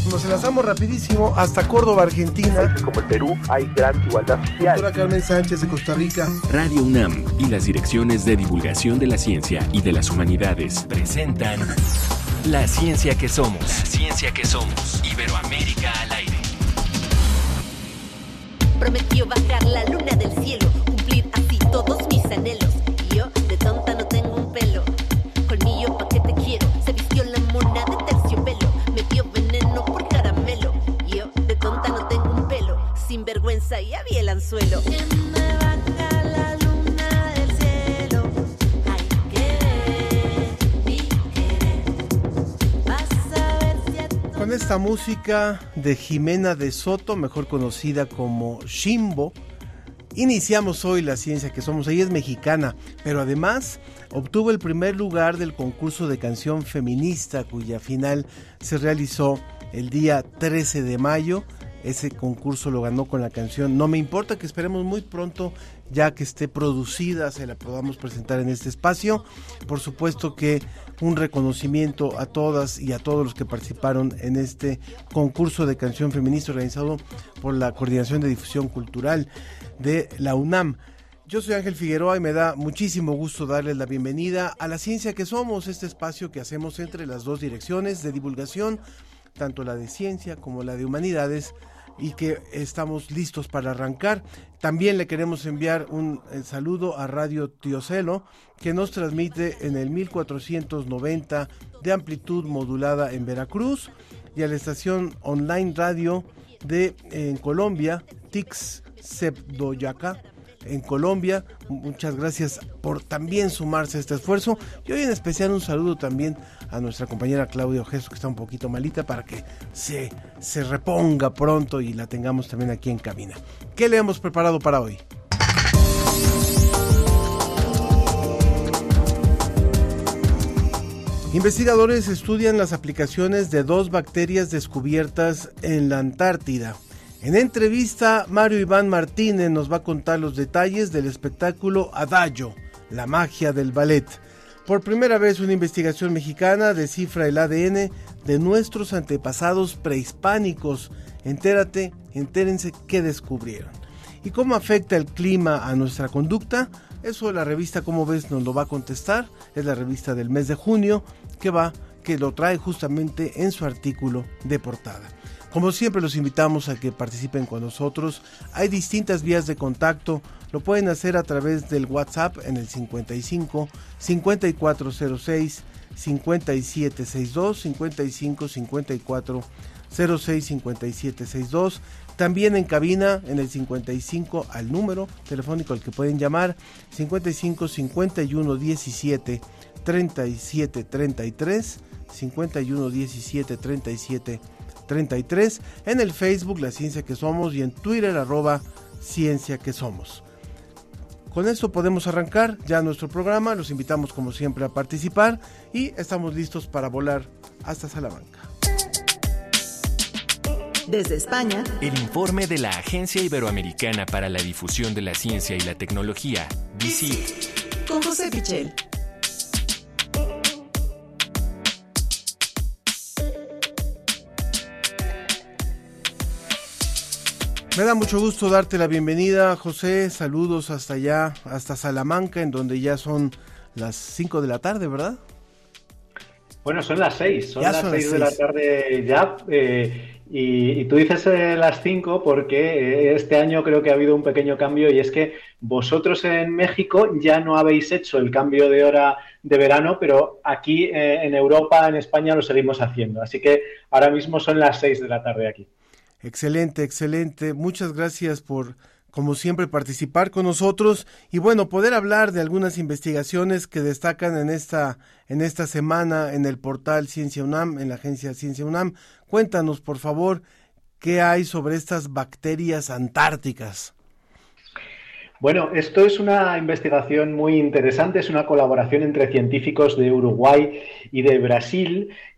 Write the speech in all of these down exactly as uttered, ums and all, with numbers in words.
Nos enlazamos rapidísimo hasta Córdoba, Argentina. Como el Perú hay gran igualdad social. Doctora Carmen Sánchez de Costa Rica. Radio UNAM y las direcciones de divulgación de la ciencia y de las humanidades presentan La Ciencia que Somos. La Ciencia que Somos. Iberoamérica al aire. Prometió bajar la luna del cielo, cumplir así todos mis anhelos. Y yo de tonta no tengo un pelo. Colmillo pa' que te quiero. Se vistió la mona de terciopelo. Me dio veneno por caramelo. Y yo de tonta no tengo un pelo. Sin vergüenza ya vi el anzuelo. Que me baja la luna del cielo. Hay que ver, mi querer. Vas a ver si a tu... Con esta música de Jimena de Soto, mejor conocida como Shimbo, iniciamos hoy La Ciencia que Somos. Ella es mexicana, pero además obtuvo el primer lugar del concurso de canción feminista, cuya final se realizó el día trece de mayo. Ese concurso lo ganó con la canción No Me Importa, que esperemos muy pronto, ya que esté producida, se la podamos presentar en este espacio. Por supuesto que un reconocimiento a todas y a todos los que participaron en este concurso de canción feminista organizado por la Coordinación de Difusión Cultural de la UNAM. Yo soy Ángel Figueroa y me da muchísimo gusto darles la bienvenida a La Ciencia que Somos, este espacio que hacemos entre las dos direcciones de divulgación, tanto la de ciencia como la de humanidades, y que estamos listos para arrancar. También le queremos enviar un saludo a Radio Tiocelo, que nos transmite en el mil cuatrocientos noventa de amplitud modulada en Veracruz, y a la estación online radio de en Colombia, Tix Sepdoyaca, en Colombia. Muchas gracias por también sumarse a este esfuerzo, y hoy en especial un saludo también a nuestra compañera Claudia Ojeso, que está un poquito malita, para que se, se reponga pronto y la tengamos también aquí en cabina. ¿Qué le hemos preparado para hoy? Investigadores estudian las aplicaciones de dos bacterias descubiertas en la Antártida. En entrevista, Mario Iván Martínez nos va a contar los detalles del espectáculo Adagio, la magia del ballet. Por primera vez, una investigación mexicana descifra el A D N de nuestros antepasados prehispánicos. Entérate, entérense qué descubrieron. ¿Y cómo afecta el clima a nuestra conducta? Eso la revista Cómo Ves nos lo va a contestar. Es la revista del mes de junio que va, que lo trae justamente en su artículo de portada. Como siempre, los invitamos a que participen con nosotros. Hay distintas vías de contacto. Lo pueden hacer a través del WhatsApp en el cincuenta y cinco, cincuenta y cuatro cero seis, cincuenta y siete sesenta y dos, cincuenta y cinco, cincuenta y cuatro cero seis, cincuenta y siete sesenta y dos. También en cabina en el cincuenta y cinco al número telefónico al que pueden llamar, cincuenta y cinco, cincuenta y uno, diecisiete, treinta y siete, treinta y tres, cincuenta y uno, diecisiete, treinta y siete, treinta y tres, en el Facebook La Ciencia que Somos y en Twitter arroba Ciencia que Somos. Con esto podemos arrancar ya nuestro programa. Los invitamos como siempre a participar y estamos listos para volar hasta Salamanca. Desde España, El informe de la Agencia Iberoamericana para la Difusión de la Ciencia y la Tecnología, D I C I T, con José Pichel. Me da mucho gusto darte la bienvenida, José. Saludos hasta allá, hasta Salamanca, en donde ya son las cinco de la tarde, ¿verdad? Bueno, son las seis, son ya las son seis las de la seis. tarde ya, eh, y, y tú dices eh, las cinco porque eh, este año creo que ha habido un pequeño cambio, y es que vosotros en México ya no habéis hecho el cambio de hora de verano, pero aquí eh, en Europa, en España, lo seguimos haciendo. Así que ahora mismo son las seis de la tarde aquí. Excelente, excelente. Muchas gracias por, como siempre, participar con nosotros y bueno, poder hablar de algunas investigaciones que destacan en esta, en esta semana en el portal Ciencia UNAM, en la agencia Ciencia UNAM. Cuéntanos, por favor, qué hay sobre estas bacterias antárticas. Bueno, esto es una investigación muy interesante, es una colaboración entre científicos de Uruguay y de Brasil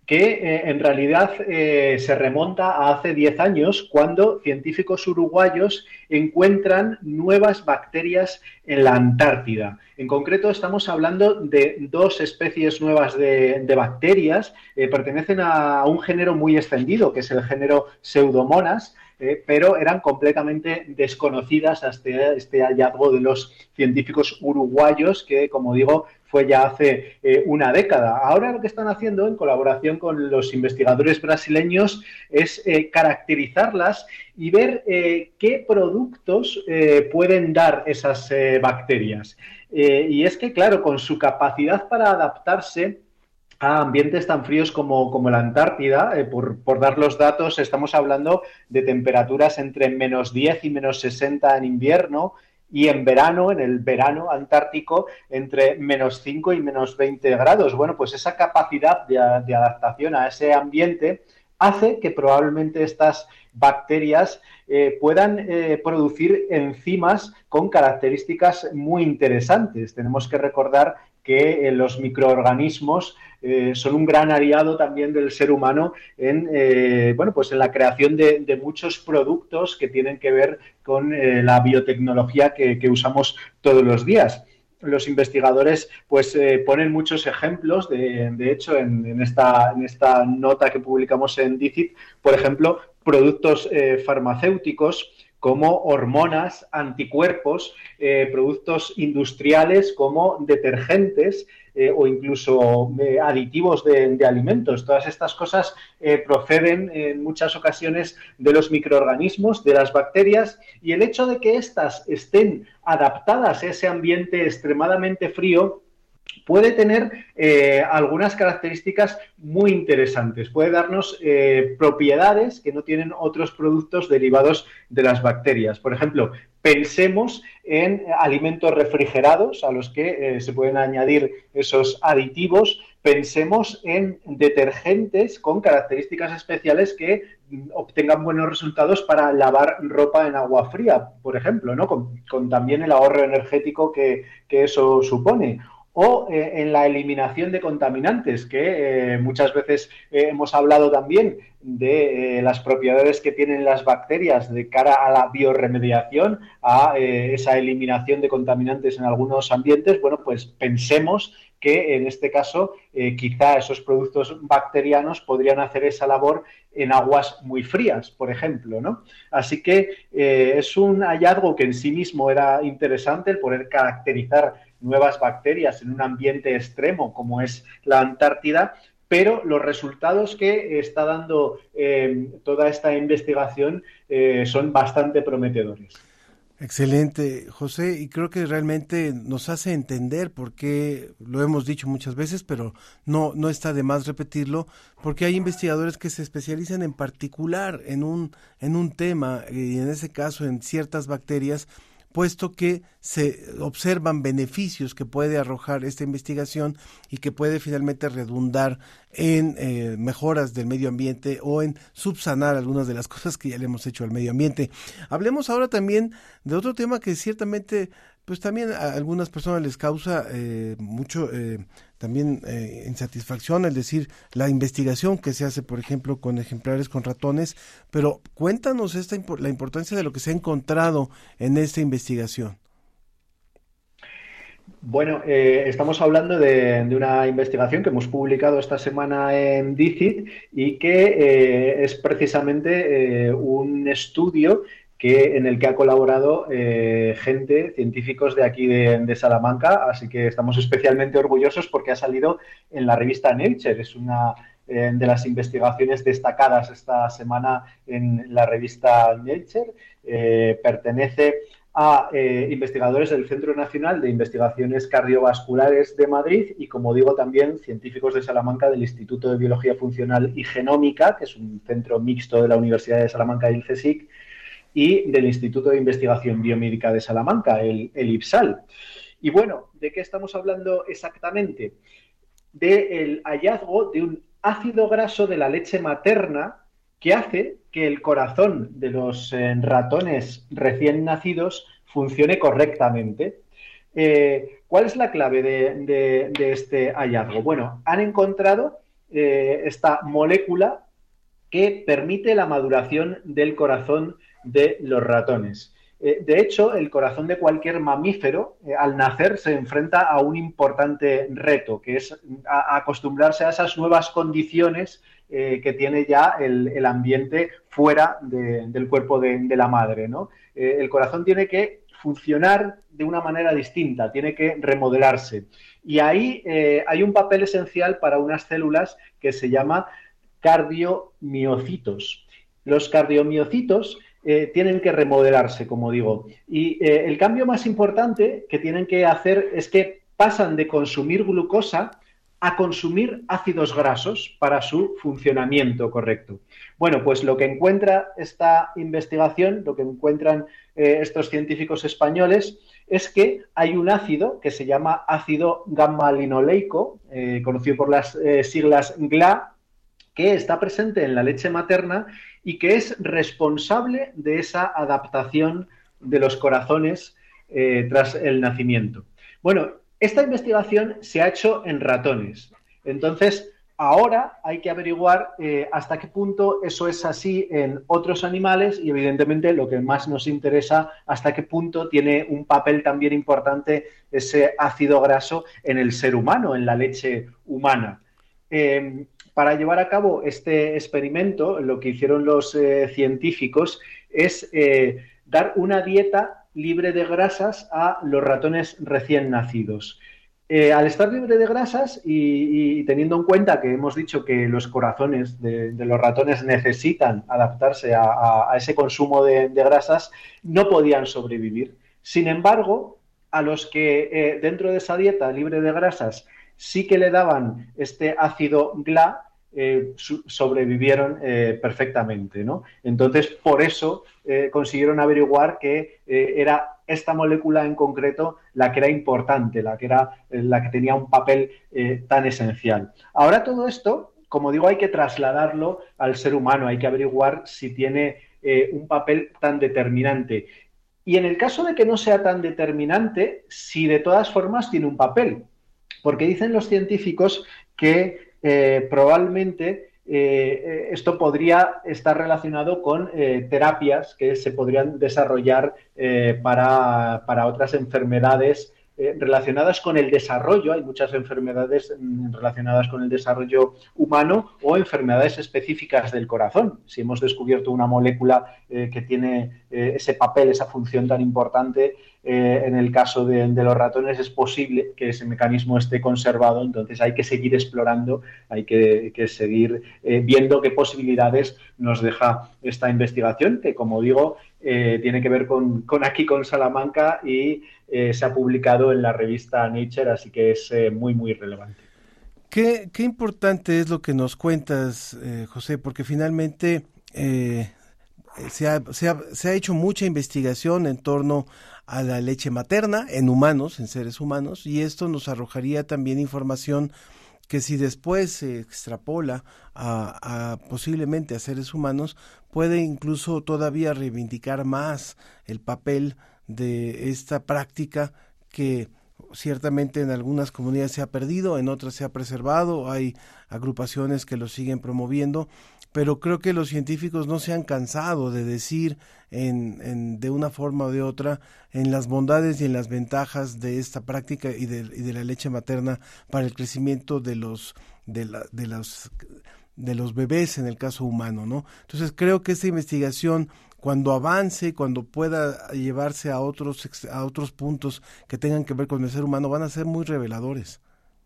que eh, en realidad eh, se remonta a hace diez años, cuando científicos uruguayos encuentran nuevas bacterias en la Antártida. En concreto, estamos hablando de dos especies nuevas de, de bacterias, eh, pertenecen a un género muy extendido, que es el género Pseudomonas, eh, pero eran completamente desconocidas hasta este hallazgo de los científicos uruguayos, que, como digo, fue ya hace eh, una década. Ahora lo que están haciendo, en colaboración con los investigadores brasileños, es eh, caracterizarlas y ver eh, qué productos eh, pueden dar esas eh, bacterias. Eh, y es que, claro, con su capacidad para adaptarse a ambientes tan fríos como, como la Antártida, eh, por, por dar los datos, estamos hablando de temperaturas entre menos diez y menos sesenta en invierno, y en verano, en el verano antártico, entre menos cinco y menos veinte grados. Bueno, pues esa capacidad de, de adaptación a ese ambiente hace que probablemente estas bacterias eh, puedan eh, producir enzimas con características muy interesantes. Tenemos que recordar que eh, los microorganismos eh, son un gran aliado también del ser humano en, eh, bueno, pues en la creación de, de muchos productos que tienen que ver con eh, la biotecnología que, que usamos todos los días. Los investigadores pues eh, ponen muchos ejemplos, de, de hecho, en, en, esta, en esta nota que publicamos en DICIT, por ejemplo, productos eh, farmacéuticos como hormonas, anticuerpos, eh, productos industriales como detergentes eh, o incluso eh, aditivos de, de alimentos. Todas estas cosas eh, proceden en muchas ocasiones de los microorganismos, de las bacterias, y el hecho de que éstas estén adaptadas a ese ambiente extremadamente frío puede tener eh, algunas características muy interesantes. Puede darnos eh, propiedades que no tienen otros productos derivados de las bacterias. Por ejemplo, pensemos en alimentos refrigerados a los que eh, se pueden añadir esos aditivos. Pensemos en detergentes con características especiales que obtengan buenos resultados para lavar ropa en agua fría, por ejemplo, ¿no? Con, con también el ahorro energético que, que eso supone. O eh, en la eliminación de contaminantes, que eh, muchas veces eh, hemos hablado también de eh, las propiedades que tienen las bacterias de cara a la biorremediación, a eh, esa eliminación de contaminantes en algunos ambientes. Bueno, pues pensemos que en este caso eh, quizá esos productos bacterianos podrían hacer esa labor en aguas muy frías, por ejemplo, ¿no? Así que eh, es un hallazgo que en sí mismo era interesante, el poder caracterizar nuevas bacterias en un ambiente extremo como es la Antártida, pero los resultados que está dando eh, toda esta investigación eh, son bastante prometedores. Excelente, José, y creo que realmente nos hace entender por qué, lo hemos dicho muchas veces, pero no, no está de más repetirlo, porque hay investigadores que se especializan en particular en un, en un tema, y en ese caso en ciertas bacterias, puesto que se observan beneficios que puede arrojar esta investigación y que puede finalmente redundar en eh, mejoras del medio ambiente o en subsanar algunas de las cosas que ya le hemos hecho al medio ambiente. Hablemos ahora también de otro tema que ciertamente pues también a algunas personas les causa eh, mucho eh, también eh, insatisfacción, es decir, la investigación que se hace, por ejemplo, con ejemplares con ratones, pero cuéntanos esta la importancia de lo que se ha encontrado en esta investigación. Bueno, eh, estamos hablando de, de una investigación que hemos publicado esta semana en DICIT y que eh, es precisamente eh, un estudio que, en el que ha colaborado eh, gente, científicos de aquí de, de Salamanca, así que estamos especialmente orgullosos porque ha salido en la revista Nature. Es una eh, de las investigaciones destacadas esta semana en la revista Nature. Eh, pertenece a eh, investigadores del Centro Nacional de Investigaciones Cardiovasculares de Madrid y, como digo, también científicos de Salamanca del Instituto de Biología Funcional y Genómica, que es un centro mixto de la Universidad de Salamanca y el CSIC, y del Instituto de Investigación Biomédica de Salamanca, el, el IPSAL. Y bueno, ¿de qué estamos hablando exactamente? Del hallazgo de un ácido graso de la leche materna que hace que el corazón de los eh, ratones recién nacidos funcione correctamente. Eh, ¿Cuál es la clave de, de, de este hallazgo? Bueno, han encontrado eh, esta molécula que permite la maduración del corazón de los ratones. Eh, de hecho, el corazón de cualquier mamífero, eh, al nacer, se enfrenta a un importante reto, que es a, a acostumbrarse a esas nuevas condiciones eh, que tiene ya el, el ambiente fuera de, del cuerpo de, de la madre, ¿no? Eh, el corazón tiene que funcionar de una manera distinta, tiene que remodelarse. Y ahí eh, hay un papel esencial para unas células que se llama cardiomiocitos. Los cardiomiocitos eh, tienen que remodelarse, como digo. Y eh, el cambio más importante que tienen que hacer es que pasan de consumir glucosa a consumir ácidos grasos para su funcionamiento correcto. Bueno, pues lo que encuentra esta investigación, lo que encuentran eh, estos científicos españoles, es que hay un ácido que se llama ácido gamma-linoleico, eh, conocido por las eh, siglas G L A, que está presente en la leche materna y que es responsable de esa adaptación de los corazones eh, tras el nacimiento. Bueno, esta investigación se ha hecho en ratones. Entonces, ahora hay que averiguar eh, hasta qué punto eso es así en otros animales y, evidentemente, lo que más nos interesa, hasta qué punto tiene un papel también importante ese ácido graso en el ser humano, en la leche humana. Eh, para llevar a cabo este experimento, lo que hicieron los eh, científicos es eh, dar una dieta libre de grasas a los ratones recién nacidos. Eh, al estar libre de grasas y, y teniendo en cuenta que hemos dicho que los corazones de, de los ratones necesitan adaptarse a, a, a ese consumo de, de grasas, no podían sobrevivir. Sin embargo, a los que eh, dentro de esa dieta libre de grasas sí que le daban este ácido G L A, Eh, su, sobrevivieron eh, perfectamente, ¿no? Entonces, por eso eh, consiguieron averiguar que eh, era esta molécula en concreto la que era importante, la que, era, eh, la que tenía un papel eh, tan esencial. Ahora todo esto, como digo, hay que trasladarlo al ser humano, hay que averiguar si tiene eh, un papel tan determinante. Y en el caso de que no sea tan determinante, si de todas formas tiene un papel, porque dicen los científicos que Eh, probablemente eh, esto podría estar relacionado con eh, terapias que se podrían desarrollar eh, para, para otras enfermedades eh, relacionadas con el desarrollo. Hay muchas enfermedades mm, relacionadas con el desarrollo humano o enfermedades específicas del corazón. Si hemos descubierto una molécula eh, que tiene eh, ese papel, esa función tan importante, Eh, en el caso de, de los ratones es posible que ese mecanismo esté conservado, entonces hay que seguir explorando, hay que, que seguir eh, viendo qué posibilidades nos deja esta investigación, que, como digo, eh, tiene que ver con, con aquí, con Salamanca, y eh, se ha publicado en la revista Nature, así que es eh, muy, muy relevante. Qué, qué importante es lo que nos cuentas, eh, José, porque finalmente eh, se, ha, se, ha, se ha hecho mucha investigación en torno a la leche materna en humanos, en seres humanos, y esto nos arrojaría también información que si después se extrapola a, a posiblemente a seres humanos, puede incluso todavía reivindicar más el papel de esta práctica que ciertamente en algunas comunidades se ha perdido, en otras se ha preservado, hay agrupaciones que lo siguen promoviendo, pero creo que los científicos no se han cansado de decir en, en, de una forma o de otra en las bondades y en las ventajas de esta práctica y de, y de la leche materna para el crecimiento de los de, la, de los de los bebés en el caso humano, ¿no? Entonces creo que esta investigación, cuando avance, cuando pueda llevarse a otros a otros puntos que tengan que ver con el ser humano, van a ser muy reveladores.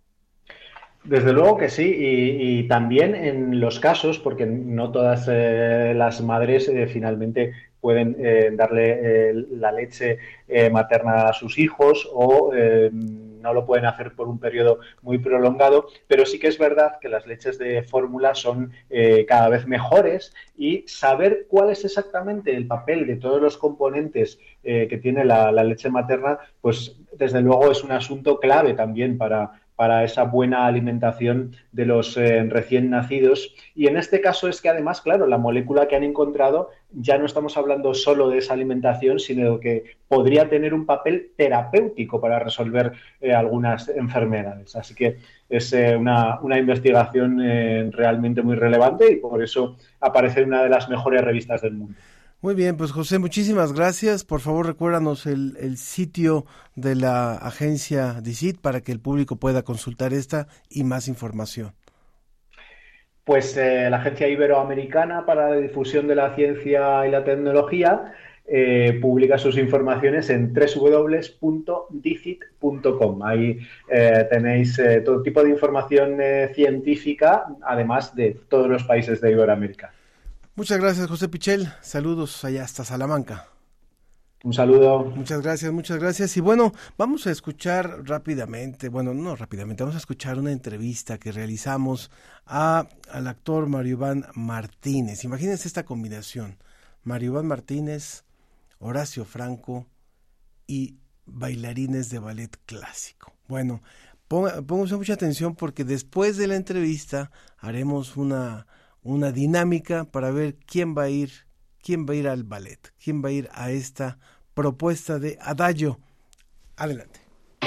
Desde luego que sí, y, y también en los casos, porque no todas eh, las madres eh, finalmente pueden eh, darle eh, la leche eh, materna a sus hijos o eh, no lo pueden hacer por un periodo muy prolongado, pero sí que es verdad que las leches de fórmula son eh, cada vez mejores, y saber cuál es exactamente el papel de todos los componentes eh, que tiene la, la leche materna, pues desde luego es un asunto clave también para para esa buena alimentación de los eh, recién nacidos. Y en este caso es que además, claro, la molécula que han encontrado ya no estamos hablando solo de esa alimentación, sino que podría tener un papel terapéutico para resolver eh, algunas enfermedades. Así que es eh, una, una investigación eh, realmente muy relevante y por eso aparece en una de las mejores revistas del mundo. Muy bien, pues José, muchísimas gracias. Por favor, recuérdanos el, el sitio de la agencia D I C I T para que el público pueda consultar esta y más información. Pues eh, la Agencia Iberoamericana para la Difusión de la Ciencia y la Tecnología eh, publica sus informaciones en doble u doble u doble u punto dicit punto com. Ahí eh, tenéis eh, todo tipo de información eh, científica, además de todos los países de Iberoamérica. Muchas gracias, José Pichel. Saludos allá hasta Salamanca. Un saludo. Muchas gracias, muchas gracias. Y bueno, vamos a escuchar rápidamente, bueno, no rápidamente, vamos a escuchar una entrevista que realizamos a, al actor Mario Iván Martínez. Imagínense esta combinación, Mario Iván Martínez, Horacio Franco y bailarines de ballet clásico. Bueno, ponga, pónganse mucha atención porque después de la entrevista haremos una, una dinámica para ver quién va a ir, quién va a ir al ballet, quién va a ir a esta propuesta de Adagio. Adelante.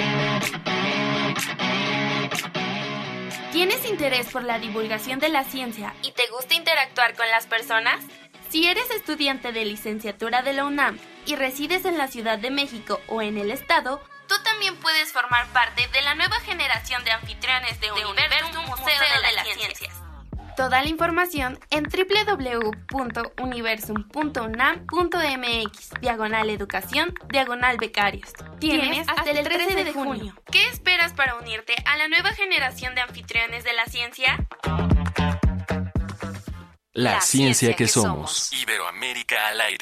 ¿Tienes interés por la divulgación de la ciencia y te gusta interactuar con las personas? Si eres estudiante de licenciatura de la UNAM y resides en la Ciudad de México o en el estado, tú también puedes formar parte de la nueva generación de anfitriones de, de Universum Museo, Museo de, de las Ciencias. Ciencias. Toda la información en doble u doble u doble u punto universum punto unam punto m x, diagonal educación, diagonal becarios. Tienes hasta el trece de junio. ¿Qué esperas para unirte a la nueva generación de anfitriones de la ciencia? La, la ciencia, ciencia que, que somos. somos. Iberoamérica al aire.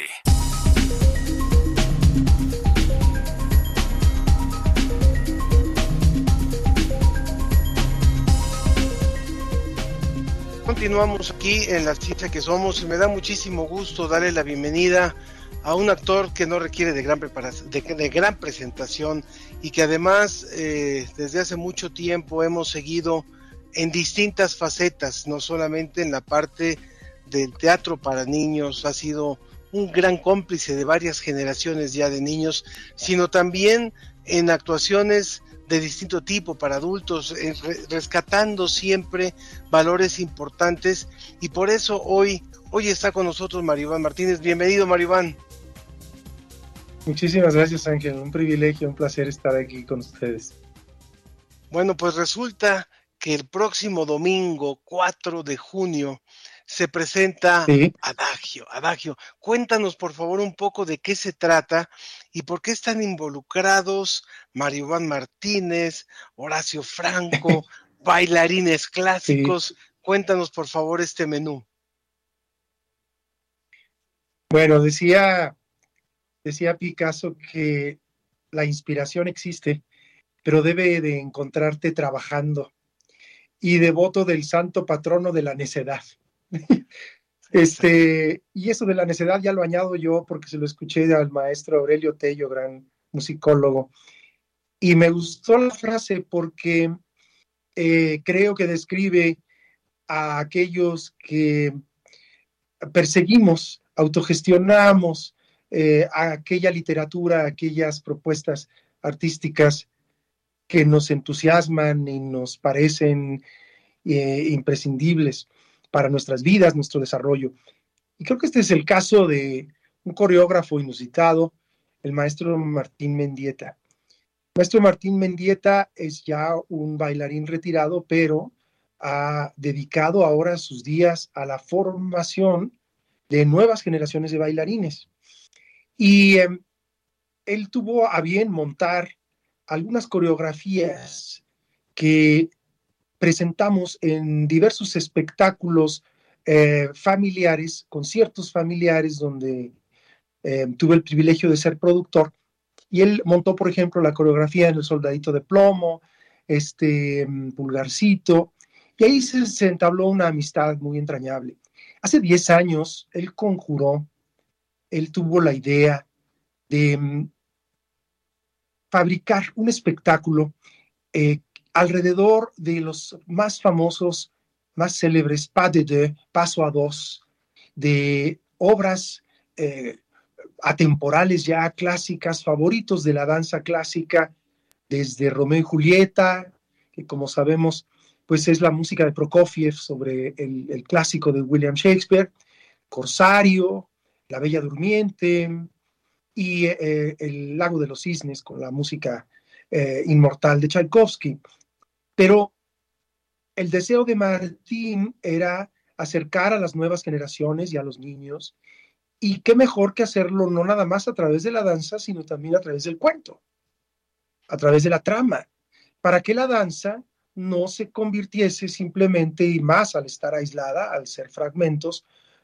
Continuamos aquí en La Ciencia que Somos y me da muchísimo gusto darle la bienvenida a un actor que no requiere de gran preparación, de, de gran presentación y que además eh, desde hace mucho tiempo hemos seguido en distintas facetas, no solamente en la parte del teatro para niños, ha sido un gran cómplice de varias generaciones ya de niños, sino también en actuaciones de distinto tipo para adultos, eh, rescatando siempre valores importantes y por eso hoy, hoy está con nosotros Mario Iván Martínez. Bienvenido, Mario Iván. Muchísimas gracias, Ángel, un privilegio, un placer estar aquí con ustedes. Bueno, pues resulta que el próximo domingo, cuatro de junio, se presenta ¿Sí? Adagio, Adagio. Cuéntanos, por favor, un poco de qué se trata y por qué están involucrados Mario Iván Martínez, Horacio Franco, bailarines clásicos. Sí. Cuéntanos, por favor, este menú. Bueno, decía, decía Picasso que la inspiración existe, pero debe de encontrarte trabajando. Y devoto del santo patrono de la necedad. Este, y eso de la necedad ya lo añado yo porque se lo escuché al maestro Aurelio Tello, gran musicólogo, y me gustó la frase porque eh, creo que describe a aquellos que perseguimos, autogestionamos eh, a aquella literatura, a aquellas propuestas artísticas que nos entusiasman y nos parecen eh, imprescindibles para nuestras vidas, nuestro desarrollo. Y creo que este es el caso de un coreógrafo inusitado, el maestro Martín Mendieta. El maestro Martín Mendieta es ya un bailarín retirado, pero ha dedicado ahora sus días a la formación de nuevas generaciones de bailarines. Y eh, él tuvo a bien montar algunas coreografías que presentamos en diversos espectáculos eh, familiares, conciertos familiares donde eh, tuve el privilegio de ser productor, y él montó, por ejemplo, la coreografía en El Soldadito de Plomo, este Pulgarcito, y ahí se, se entabló una amistad muy entrañable. Hace diez años, él conjuró, él tuvo la idea de um, fabricar un espectáculo eh, alrededor de los más famosos, más célebres pas de deux, paso a dos, de obras eh, atemporales ya clásicas, favoritos de la danza clásica, desde Romeo y Julieta, que como sabemos, pues es la música de Prokofiev sobre el, el clásico de William Shakespeare, Corsario, La Bella Durmiente y eh, El Lago de los Cisnes con la música eh, inmortal de Tchaikovsky. Pero el deseo de Martín era acercar a las nuevas generaciones y a los niños, y qué mejor que hacerlo no nada más a través de la danza, sino también a través del cuento, a través de la trama, para que la danza no se convirtiese simplemente, y más al estar aislada, al ser fragmentos,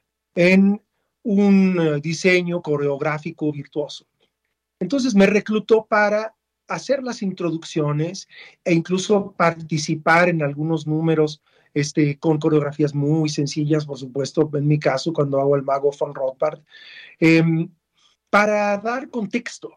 en un diseño coreográfico virtuoso. Entonces me reclutó para hacer las introducciones e incluso participar en algunos números este, con coreografías muy sencillas, por supuesto, en mi caso, cuando hago el Mago von Rothbard, eh, para dar contexto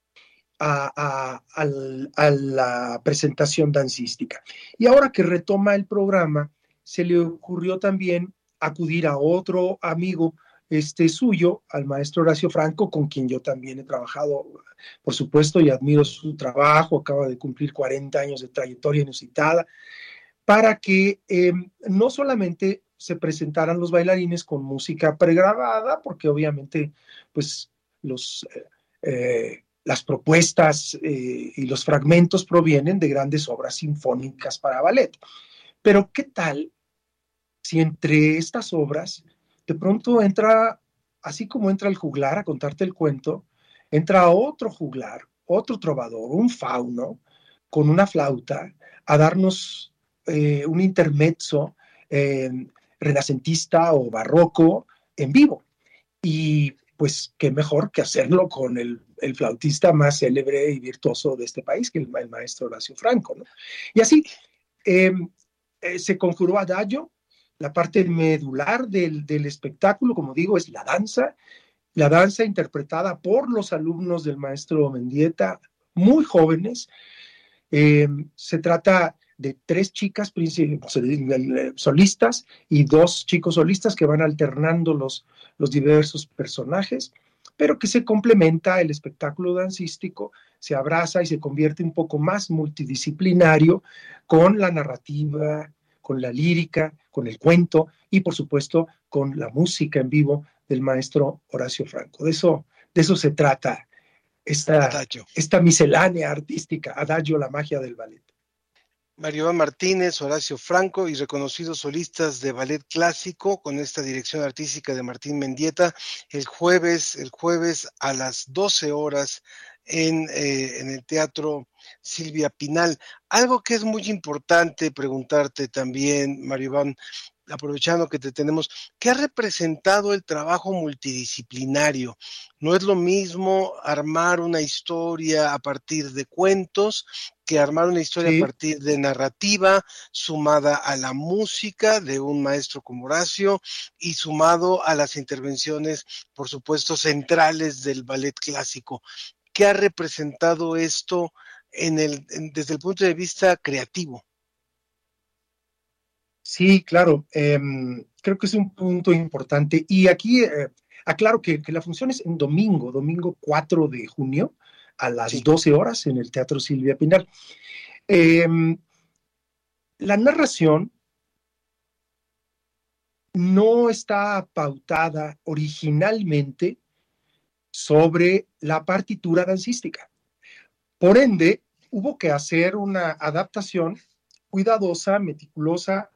a, a, a, a la presentación dancística. Y ahora que retoma el programa, se le ocurrió también acudir a otro amigo este, suyo, al maestro Horacio Franco, con quien yo también he trabajado, por supuesto, y admiro su trabajo, acaba de cumplir cuarenta años de trayectoria inusitada, para que eh, no solamente se presentaran los bailarines con música pregrabada, porque obviamente pues, los, eh, las propuestas eh, y los fragmentos provienen de grandes obras sinfónicas para ballet. Pero ¿qué tal si entre estas obras de pronto entra, así como entra el juglar a contarte el cuento, entra otro juglar, otro trovador, un fauno, con una flauta, a darnos eh, un intermezzo eh, renacentista o barroco en vivo? Y pues qué mejor que hacerlo con el, el flautista más célebre y virtuoso de este país, que el, el maestro Horacio Franco, ¿no? Y así eh, eh, se conjuró Adagio. La parte medular del, del espectáculo, como digo, es la danza, la danza interpretada por los alumnos del maestro Mendieta, muy jóvenes. Eh, se trata de tres chicas solistas y dos chicos solistas que van alternando los, los diversos personajes, pero que se complementa el espectáculo dancístico, se abraza y se convierte un poco más multidisciplinario con la narrativa, con la lírica, con el cuento y, por supuesto, con la música en vivo del maestro Horacio Franco. De eso, de eso se trata esta, esta miscelánea artística, Adagio, la magia del ballet. Mario Iván Martínez, Horacio Franco y reconocidos solistas de ballet clásico con esta dirección artística de Martín Mendieta el jueves, el jueves a las doce horas en, eh, en el Teatro Silvia Pinal. Algo que es muy importante preguntarte también, Mario Iván, aprovechando que te tenemos, ¿qué ha representado el trabajo multidisciplinario? No es lo mismo armar una historia a partir de cuentos que armar una historia sí. a partir de narrativa, sumada a la música de un maestro como Horacio y sumado a las intervenciones, por supuesto, centrales del ballet clásico. ¿Qué ha representado esto en el, en, desde el punto de vista creativo? Sí, claro, eh, creo que es un punto importante. Y aquí eh, aclaro que, que la función es en domingo, domingo cuatro de junio, a las sí. doce horas en el Teatro Silvia Pinal. Eh, la narración no está pautada originalmente sobre la partitura dancística. Por ende, hubo que hacer una adaptación cuidadosa, meticulosa,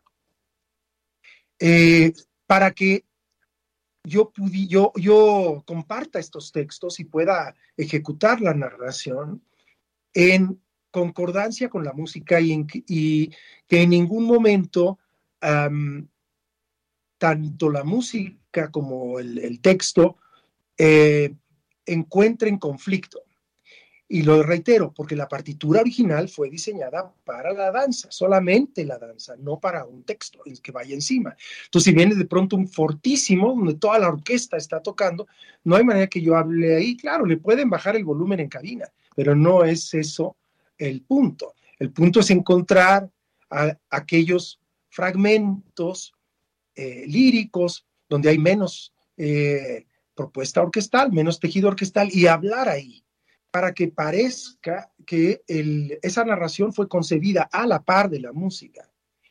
eh, para que yo, pudi, yo, yo comparta estos textos y pueda ejecutar la narración en concordancia con la música y, en, y que en ningún momento um, tanto la música como el, el texto eh, encuentren conflicto. Y lo reitero, porque la partitura original fue diseñada para la danza, solamente la danza, no para un texto que vaya encima. Entonces, si viene de pronto un fortísimo, donde toda la orquesta está tocando, no hay manera que yo hable ahí. Claro, le pueden bajar el volumen en cabina, pero no es eso el punto. El punto es encontrar a, aquellos fragmentos eh, líricos donde hay menos eh, propuesta orquestal, menos tejido orquestal, y hablar ahí para que parezca que el, esa narración fue concebida a la par de la música.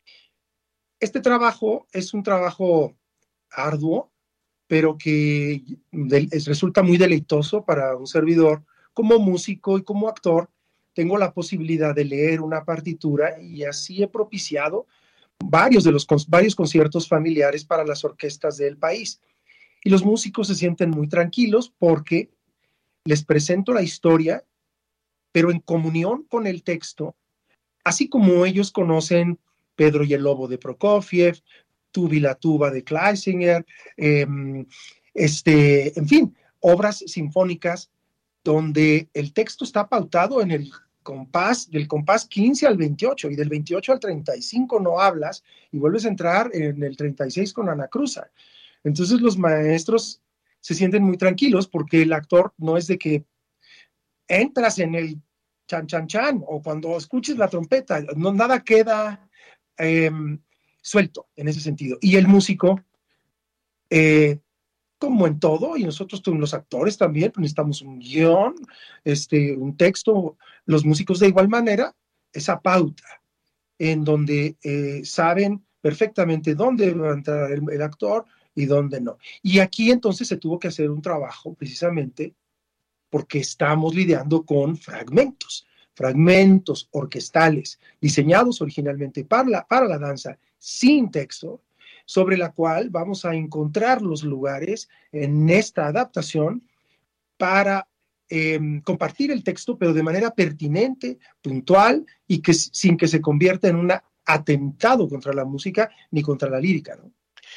Este trabajo es un trabajo arduo, pero que de, es, resulta muy deleitoso para un servidor. Como músico y como actor, tengo la posibilidad de leer una partitura y así he propiciado varios de los varios conciertos familiares para las orquestas del país. Y los músicos se sienten muy tranquilos porque les presento la historia, pero en comunión con el texto, así como ellos conocen Pedro y el Lobo de Prokofiev, Tubi la tuba de Kleisinger, eh, este, en fin, obras sinfónicas donde el texto está pautado en el compás, del compás quince al veintiocho, y del veintiocho al treinta y cinco no hablas, y vuelves a entrar en el treinta y seis con Anacruza. Entonces los maestros se sienten muy tranquilos porque el actor no es de que entras en el chan, chan, chan, o cuando escuches la trompeta, no, nada queda eh, suelto en ese sentido. Y el músico, eh, como en todo, y nosotros los actores también, necesitamos un guión, este, un texto, los músicos de igual manera, esa pauta en donde eh, saben perfectamente dónde va a entrar el, el actor y dónde no. Y aquí entonces se tuvo que hacer un trabajo precisamente porque estamos lidiando con fragmentos, fragmentos orquestales diseñados originalmente para la, para la danza sin texto, sobre la cual vamos a encontrar los lugares en esta adaptación para eh, compartir el texto, pero de manera pertinente, puntual, y que sin que se convierta en un atentado contra la música ni contra la lírica, ¿no?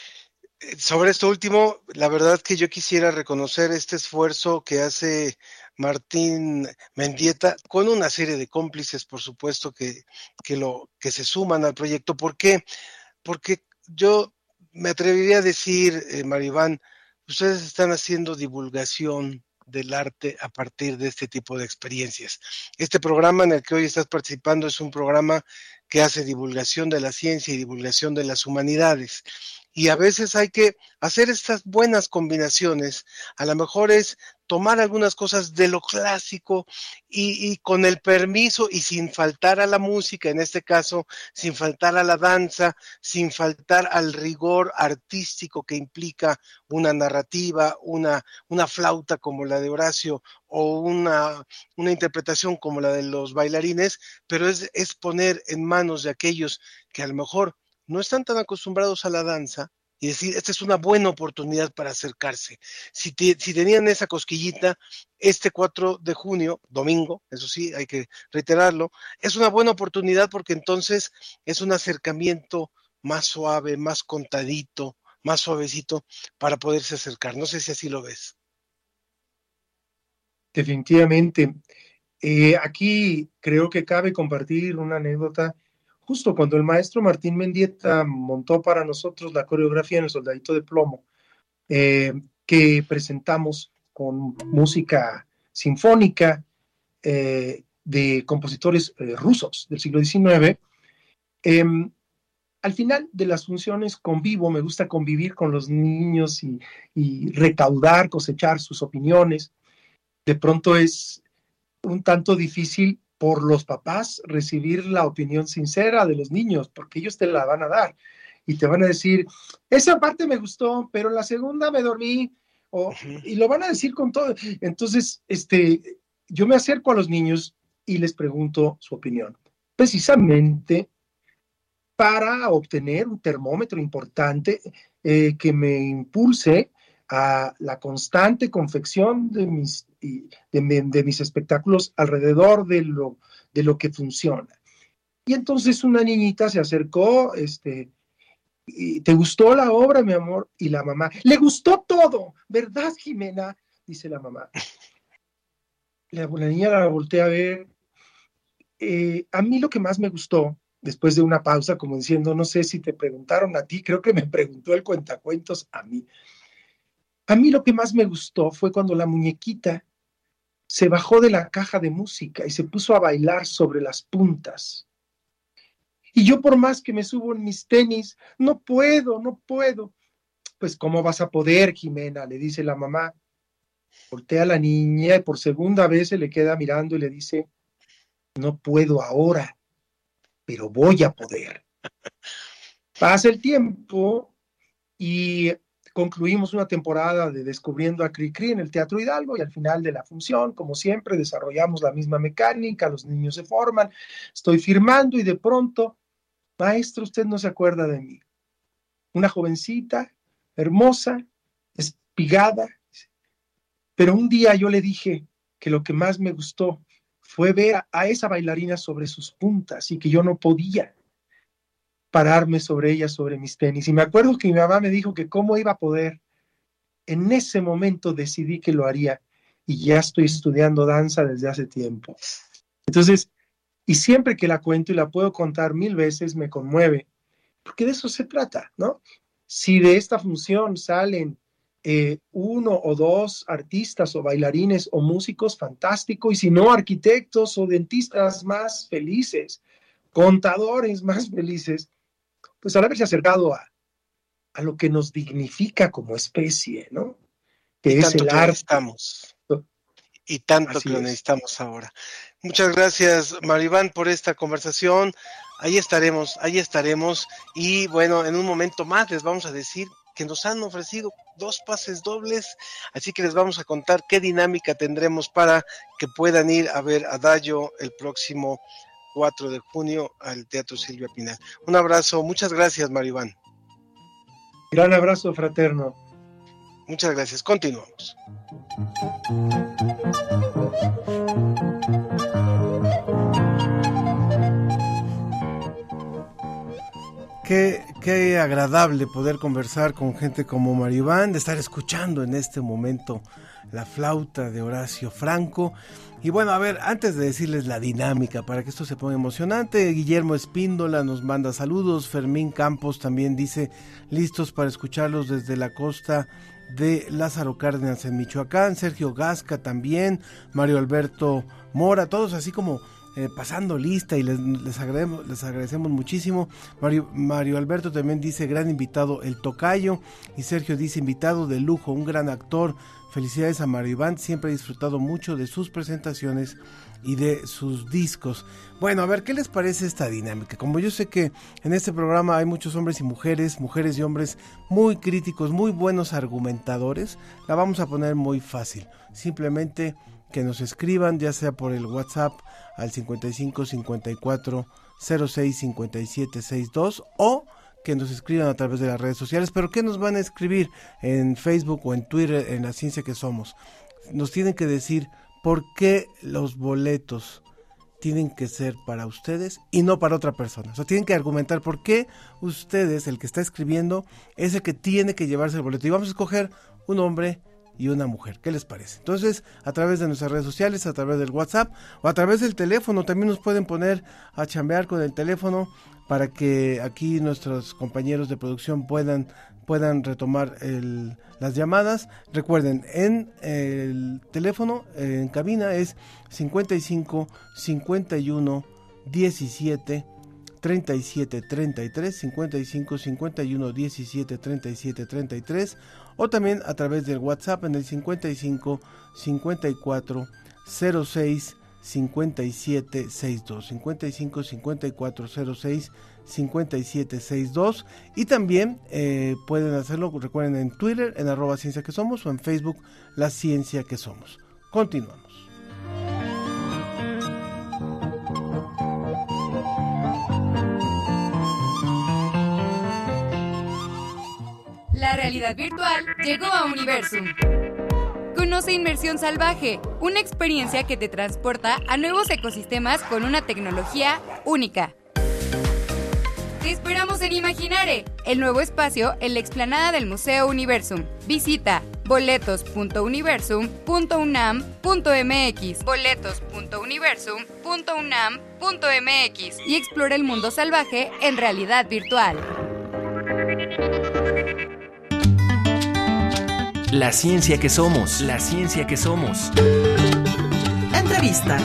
Sobre esto último, la verdad que yo quisiera reconocer este esfuerzo que hace Martín Mendieta con una serie de cómplices, por supuesto, que, que, lo, que se suman al proyecto. ¿Por qué? Porque yo me atrevería a decir, eh, Maribán, ustedes están haciendo divulgación del arte a partir de este tipo de experiencias. Este programa en el que hoy estás participando es un programa que hace divulgación de la ciencia y divulgación de las humanidades. Y a veces hay que hacer estas buenas combinaciones. A lo mejor es tomar algunas cosas de lo clásico y, y con el permiso y sin faltar a la música, en este caso, sin faltar a la danza, sin faltar al rigor artístico que implica una narrativa, una, una flauta como la de Horacio o una, una interpretación como la de los bailarines, pero es, es poner en manos de aquellos que a lo mejor no están tan acostumbrados a la danza y decir, esta es una buena oportunidad para acercarse. Si, te, si tenían esa cosquillita, este cuatro de junio, domingo, eso sí, hay que reiterarlo, es una buena oportunidad porque entonces es un acercamiento más suave, más contadito, más suavecito para poderse acercar. No sé si así lo ves. Definitivamente. Eh, aquí creo que cabe compartir una anécdota. Justo cuando el maestro Martín Mendieta montó para nosotros la coreografía en El Soldadito de Plomo, eh, que presentamos con música sinfónica eh, de compositores eh, rusos del siglo diecinueve, eh, al final de las funciones convivo, me gusta convivir con los niños y, y recaudar, cosechar sus opiniones. De pronto es un tanto difícil por los papás recibir la opinión sincera de los niños, porque ellos te la van a dar y te van a decir, esa parte me gustó, pero la segunda me dormí, o, uh-huh. y lo van a decir con todo. Entonces, este, yo me acerco a los niños y les pregunto su opinión, precisamente para obtener un termómetro importante eh, que me impulse a la constante confección de mis, de, de, de mis espectáculos alrededor de lo, de lo que funciona. Y entonces una niñita se acercó, este, y, ¿te gustó la obra, mi amor? Y la mamá, le gustó todo, ¿verdad, Jimena? Dice la mamá. La, la niña la volteé a ver. Eh, a mí lo que más me gustó, después de una pausa, como diciendo, no sé si te preguntaron a ti, creo que me preguntó el cuentacuentos a mí. A mí lo que más me gustó fue cuando la muñequita se bajó de la caja de música y se puso a bailar sobre las puntas. Y yo, por más que me subo en mis tenis, no puedo, no puedo. Pues, ¿cómo vas a poder, Jimena?, le dice la mamá. Voltea a la niña y por segunda vez se le queda mirando y le dice, no puedo ahora, pero voy a poder. Pasa el tiempo y concluimos una temporada de Descubriendo a Cricri en el Teatro Hidalgo y al final de la función, como siempre, desarrollamos la misma mecánica, los niños se forman, estoy firmando y de pronto, maestro, usted no se acuerda de mí. Una jovencita, hermosa, espigada, pero un día yo le dije que lo que más me gustó fue ver a, a esa bailarina sobre sus puntas y que yo no podía pararme sobre ella, sobre mis tenis. Y me acuerdo que mi mamá me dijo que cómo iba a poder. En ese momento decidí que lo haría y ya estoy estudiando danza desde hace tiempo. Entonces, y siempre que la cuento y la puedo contar mil veces, me conmueve, porque de eso se trata, ¿no? Si de esta función salen eh, uno o dos artistas o bailarines o músicos, fantástico, y si no, arquitectos o dentistas más felices, contadores más felices, pues al haberse acercado a, a lo que nos dignifica como especie, ¿no? Que y es tanto el que arte. Necesitamos. Y tanto Así que lo es. necesitamos ahora. Muchas gracias, Maribán, por esta conversación. Ahí estaremos, ahí estaremos. Y bueno, en un momento más les vamos a decir que nos han ofrecido dos pases dobles, así que les vamos a contar qué dinámica tendremos para que puedan ir a ver a Dayo el próximo cuatro de junio al Teatro Silvia Pinal. Un abrazo, muchas gracias, Maribán. Gran abrazo fraterno. Muchas gracias, continuamos. Qué, qué agradable poder conversar con gente como Maribán, de estar escuchando en este momento la flauta de Horacio Franco. Y bueno, a ver, antes de decirles la dinámica, para que esto se ponga emocionante, Guillermo Espíndola nos manda saludos, Fermín Campos también dice, listos para escucharlos desde la costa de Lázaro Cárdenas en Michoacán, Sergio Gasca también, Mario Alberto Mora, todos así como eh, pasando lista y les, les, agradecemos, les agradecemos muchísimo. Mario, Mario Alberto también dice, gran invitado el tocayo, y Sergio dice, invitado de lujo, un gran actor. Felicidades a Maribán, siempre he disfrutado mucho de sus presentaciones y de sus discos. Bueno, a ver, ¿qué les parece esta dinámica? Como yo sé que en este programa hay muchos hombres y mujeres, mujeres y hombres muy críticos, muy buenos argumentadores, la vamos a poner muy fácil. Simplemente que nos escriban, ya sea por el WhatsApp al cincuenta y cinco cincuenta y cuatro cero seis cincuenta y siete sesenta y dos o que nos escriban a través de las redes sociales. Pero ¿qué nos van a escribir en Facebook o en Twitter en La Ciencia que Somos? Nos tienen que decir por qué los boletos tienen que ser para ustedes y no para otra persona. O sea, tienen que argumentar por qué ustedes, el que está escribiendo, es el que tiene que llevarse el boleto. Y vamos a escoger un hombre y una mujer. ¿Qué les parece? Entonces, a través de nuestras redes sociales, a través del WhatsApp o a través del teléfono, también nos pueden poner a chambear con el teléfono para que aquí nuestros compañeros de producción puedan puedan retomar el, las llamadas. Recuerden, en el teléfono, en cabina es cincuenta y cinco cincuenta y uno diecisiete treinta y siete treinta y tres, cincuenta y cinco cincuenta y uno diecisiete treinta y siete treinta y tres, o también a través del WhatsApp en el cincuenta y cinco cincuenta y cuatro cero seis cincuenta y siete sesenta y dos, cincuenta y cinco cincuenta y cuatro cero seis cincuenta y siete sesenta y dos, y también eh, pueden hacerlo, recuerden, en Twitter en arroba Ciencia que Somos o en Facebook La Ciencia que Somos. Continuamos. La realidad virtual llegó a Universum. Conoce Inmersión Salvaje, una experiencia que te transporta a nuevos ecosistemas con una tecnología única. Te esperamos en Imaginare, el nuevo espacio en la explanada del Museo Universum. Visita boletos punto universum punto unam punto m x, boletos punto universum punto unam punto m x y explora el mundo salvaje en realidad virtual. La ciencia que somos, la ciencia que somos. Entrevista.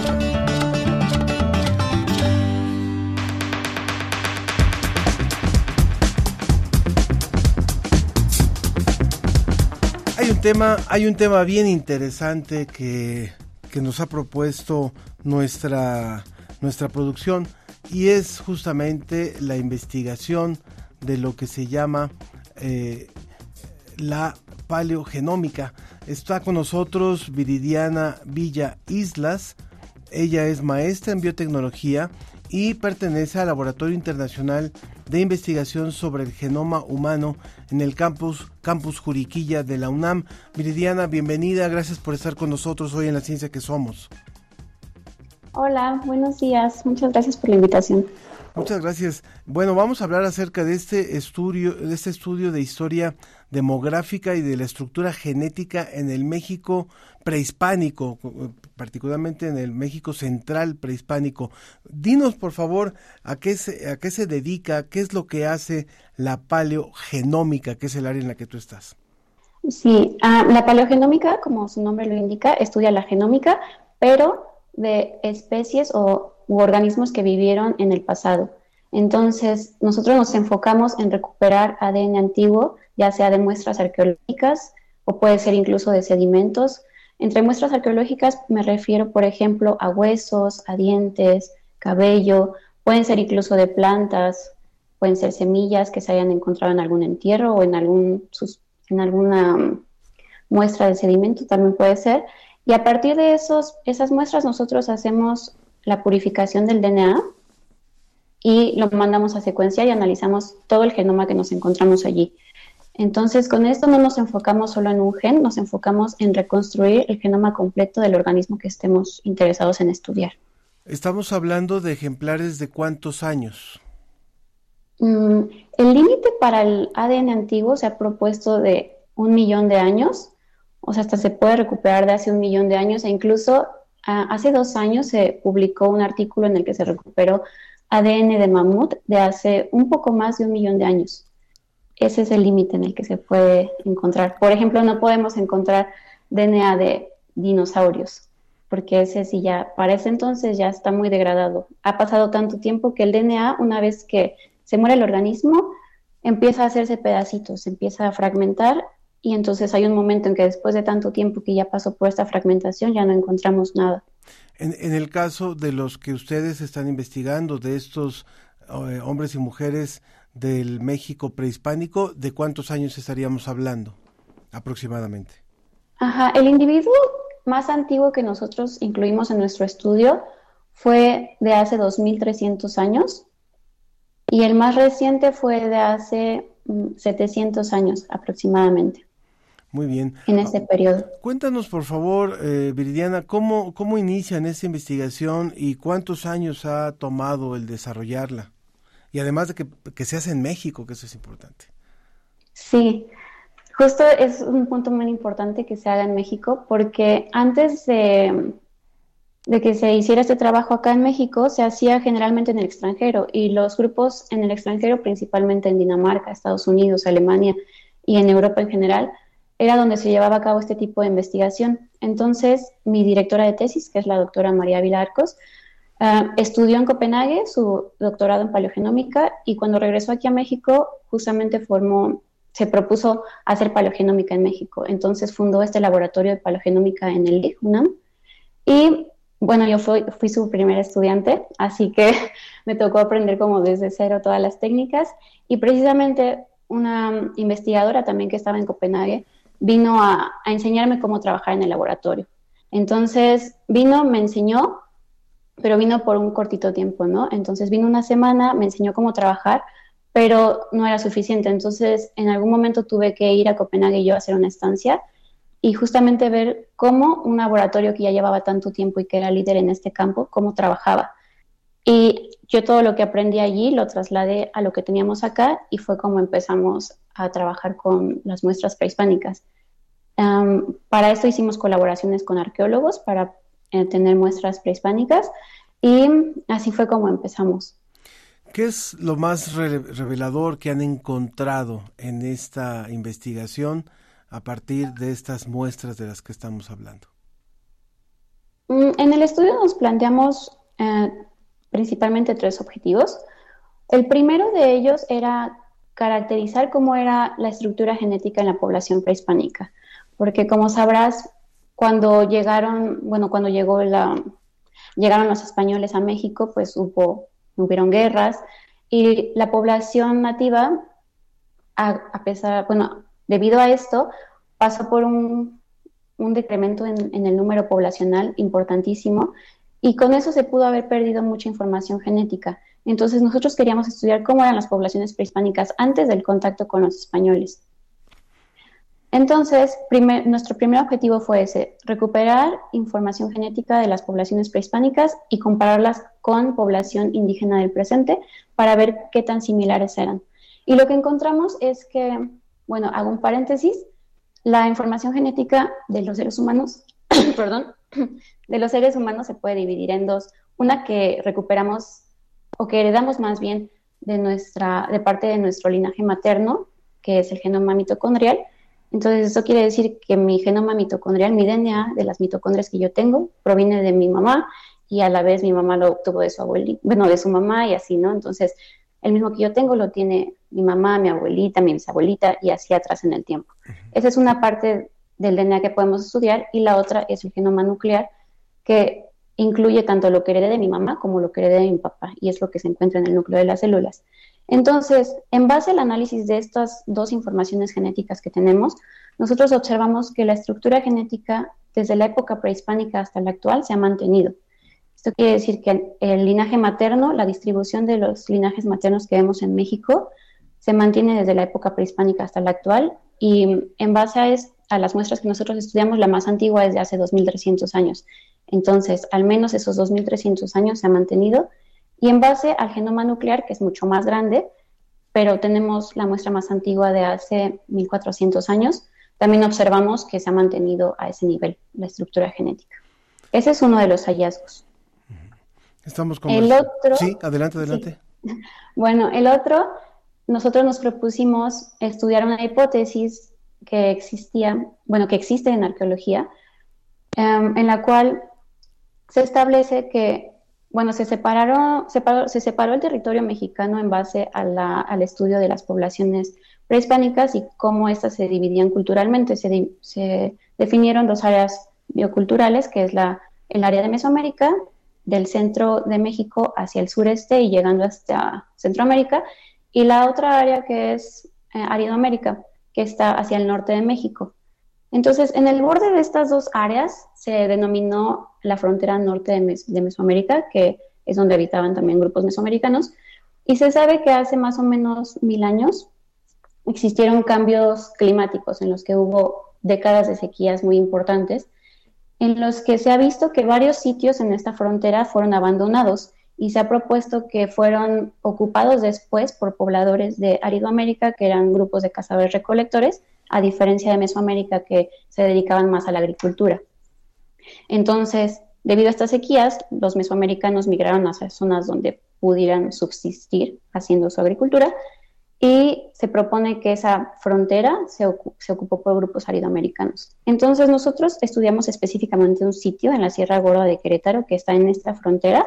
Hay un tema, hay un tema bien interesante que, que nos ha propuesto nuestra, nuestra producción, y es justamente la investigación de lo que se llama eh, la paleogenómica. Está con nosotros Viridiana Villa Islas. Ella es maestra en biotecnología y pertenece al Laboratorio Internacional de Investigación sobre el Genoma Humano en el campus, campus Juriquilla de la UNAM. Viridiana, bienvenida, gracias por estar con nosotros hoy en La Ciencia que Somos. Hola, buenos días, muchas gracias por la invitación. Muchas gracias. Bueno, vamos a hablar acerca de este estudio, de este estudio de historia demográfica y de la estructura genética en el México prehispánico, particularmente en el México central prehispánico. Dinos, por favor, a qué se, a qué se dedica, qué es lo que hace la paleogenómica, que es el área en la que tú estás. Sí, uh, la paleogenómica, como su nombre lo indica, estudia la genómica, pero de especies o u organismos que vivieron en el pasado. Entonces, nosotros nos enfocamos en recuperar A D N antiguo, ya sea de muestras arqueológicas o puede ser incluso de sedimentos. Entre muestras arqueológicas me refiero, por ejemplo, a huesos, a dientes, cabello, pueden ser incluso de plantas, pueden ser semillas que se hayan encontrado en algún entierro o en, algún, en alguna um, muestra de sedimento, también puede ser. Y a partir de esos, esas muestras nosotros hacemos la purificación del D N A y lo mandamos a secuenciar y analizamos todo el genoma que nos encontramos allí. Entonces, con esto no nos enfocamos solo en un gen, nos enfocamos en reconstruir el genoma completo del organismo que estemos interesados en estudiar. Estamos hablando de ejemplares de ¿cuántos años? Mm, el límite para el A D N antiguo se ha propuesto de un millón de años, o sea, hasta se puede recuperar de hace un millón de años, e incluso uh, hace dos años se publicó un artículo en el que se recuperó A D N de mamut de hace un poco más de un millón de años. Ese es el límite en el que se puede encontrar. Por ejemplo, no podemos encontrar D N A de dinosaurios, porque ese sí ya, para ese entonces ya está muy degradado. Ha pasado tanto tiempo que el D N A, una vez que se muere el organismo, empieza a hacerse pedacitos, empieza a fragmentar, y entonces hay un momento en que después de tanto tiempo que ya pasó por esta fragmentación, ya no encontramos nada. En, en el caso de los que ustedes están investigando, de estos eh, hombres y mujeres del México prehispánico, ¿de cuántos años estaríamos hablando aproximadamente? Ajá, el individuo más antiguo que nosotros incluimos en nuestro estudio fue de hace dos mil trescientos años y el más reciente fue de hace mm, setecientos años aproximadamente. Muy bien. En ese periodo. Cuéntanos, por favor, eh, Viridiana, ¿cómo, cómo inician esta investigación y cuántos años ha tomado el desarrollarla? Y además de que, que se hace en México, que eso es importante. Sí, justo es un punto muy importante que se haga en México, porque antes de, de que se hiciera este trabajo acá en México, se hacía generalmente en el extranjero, y los grupos en el extranjero, principalmente en Dinamarca, Estados Unidos, Alemania y en Europa en general, era donde se llevaba a cabo este tipo de investigación. Entonces, mi directora de tesis, que es la doctora María Vilarcos, uh, estudió en Copenhague su doctorado en paleogenómica y cuando regresó aquí a México, justamente formó, se propuso hacer paleogenómica en México. Entonces fundó este laboratorio de paleogenómica en el I G UNAM y bueno, yo fui, fui su primera estudiante, así que me tocó aprender como desde cero todas las técnicas y precisamente una investigadora también que estaba en Copenhague vino a, a enseñarme cómo trabajar en el laboratorio. Entonces vino, me enseñó, pero vino por un cortito tiempo, ¿no? Entonces vino una semana, me enseñó cómo trabajar, pero no era suficiente. Entonces en algún momento tuve que ir a Copenhague yo a hacer una estancia y justamente ver cómo un laboratorio que ya llevaba tanto tiempo y que era líder en este campo, cómo trabajaba. Y yo todo lo que aprendí allí lo trasladé a lo que teníamos acá y fue como empezamos a trabajar con las muestras prehispánicas. Um, para esto hicimos colaboraciones con arqueólogos para eh, tener muestras prehispánicas y así fue como empezamos. ¿Qué es lo más re- revelador que han encontrado en esta investigación a partir de estas muestras de las que estamos hablando? En el estudio nos planteamos eh, principalmente tres objetivos. El primero de ellos era caracterizar cómo era la estructura genética en la población prehispánica, porque como sabrás, cuando llegaron, bueno, cuando llegó la, llegaron los españoles a México, pues hubo, hubieron guerras y la población nativa, a, a pesar, bueno, debido a esto, pasó por un, un decremento en, en el número poblacional importantísimo y con eso se pudo haber perdido mucha información genética. Entonces nosotros queríamos estudiar cómo eran las poblaciones prehispánicas antes del contacto con los españoles. Entonces, primer, nuestro primer objetivo fue ese, recuperar información genética de las poblaciones prehispánicas y compararlas con población indígena del presente para ver qué tan similares eran. Y lo que encontramos es que, bueno, hago un paréntesis, la información genética de los seres humanos, perdón, de los seres humanos se puede dividir en dos. Una que recuperamos o que heredamos más bien de, nuestra, de parte de nuestro linaje materno, que es el genoma mitocondrial. Entonces, eso quiere decir que mi genoma mitocondrial, mi D N A de las mitocondrias que yo tengo, proviene de mi mamá y a la vez mi mamá lo obtuvo de su abuelita, bueno, de su mamá y así, ¿no? Entonces, el mismo que yo tengo lo tiene mi mamá, mi abuelita, mi bisabuelita y así atrás en el tiempo. Esa es una parte del D N A que podemos estudiar y la otra es el genoma nuclear, que incluye tanto lo que heredé de mi mamá como lo que heredé de mi papá, y es lo que se encuentra en el núcleo de las células. Entonces, en base al análisis de estas dos informaciones genéticas que tenemos, nosotros observamos que la estructura genética desde la época prehispánica hasta la actual se ha mantenido. Esto quiere decir que el linaje materno, la distribución de los linajes maternos que vemos en México, se mantiene desde la época prehispánica hasta la actual, y en base a, es, a las muestras que nosotros estudiamos, la más antigua es de hace dos mil trescientos años. Entonces, al menos esos dos mil trescientos años se ha mantenido. Y en base al genoma nuclear, que es mucho más grande, pero tenemos la muestra más antigua de hace mil cuatrocientos años, también observamos que se ha mantenido a ese nivel la estructura genética. Ese es uno de los hallazgos. Estamos con el otro, sí, adelante, adelante. Sí. Bueno, el otro, nosotros nos propusimos estudiar una hipótesis que existía, bueno, que existe en arqueología, um, en la cual se establece que, bueno, se separaron, separó, se separó el territorio mexicano en base a la, al estudio de las poblaciones prehispánicas y cómo éstas se dividían culturalmente. Se, se definieron dos áreas bioculturales, que es la, el área de Mesoamérica, del centro de México hacia el sureste y llegando hasta Centroamérica, y la otra área que es eh, Aridoamérica, que está hacia el norte de México. Entonces, en el borde de estas dos áreas se denominó la frontera norte de, Mes- de Mesoamérica, que es donde habitaban también grupos mesoamericanos, y se sabe que hace más o menos mil años existieron cambios climáticos en los que hubo décadas de sequías muy importantes, en los que se ha visto que varios sitios en esta frontera fueron abandonados y se ha propuesto que fueron ocupados después por pobladores de Aridoamérica, que eran grupos de cazadores-recolectores, a diferencia de Mesoamérica, que se dedicaban más a la agricultura. Entonces, debido a estas sequías, los mesoamericanos migraron hacia zonas donde pudieran subsistir haciendo su agricultura, y se propone que esa frontera se, ocu- se ocupó por grupos aridoamericanos. Entonces, nosotros estudiamos específicamente un sitio en la Sierra Gorda de Querétaro que está en esta frontera,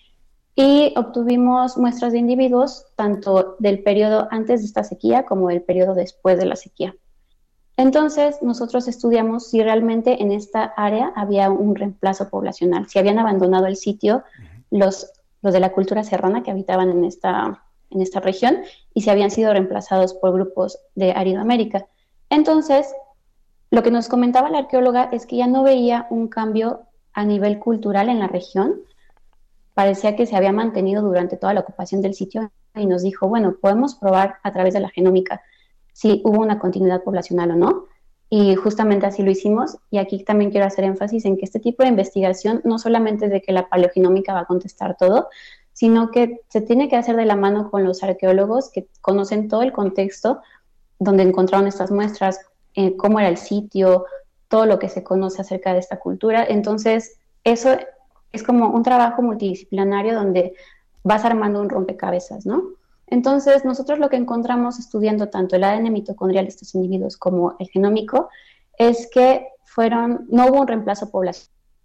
y obtuvimos muestras de individuos tanto del periodo antes de esta sequía como del periodo después de la sequía. Entonces, nosotros estudiamos si realmente en esta área había un reemplazo poblacional, si habían abandonado el sitio los, los de la cultura serrana que habitaban en esta, en esta región y si habían sido reemplazados por grupos de Aridoamérica. Entonces, lo que nos comentaba la arqueóloga es que ya no veía un cambio a nivel cultural en la región, parecía que se había mantenido durante toda la ocupación del sitio, y nos dijo, bueno, podemos probar a través de la genómica si hubo una continuidad poblacional o no, y justamente así lo hicimos. Y aquí también quiero hacer énfasis en que este tipo de investigación no solamente es de que la paleogenómica va a contestar todo, sino que se tiene que hacer de la mano con los arqueólogos que conocen todo el contexto donde encontraron estas muestras, eh, cómo era el sitio, todo lo que se conoce acerca de esta cultura. Entonces, eso es como un trabajo multidisciplinario donde vas armando un rompecabezas, ¿no? Entonces, nosotros lo que encontramos estudiando tanto el A D N mitocondrial de estos individuos como el genómico es que fueron, no hubo un reemplazo poblacional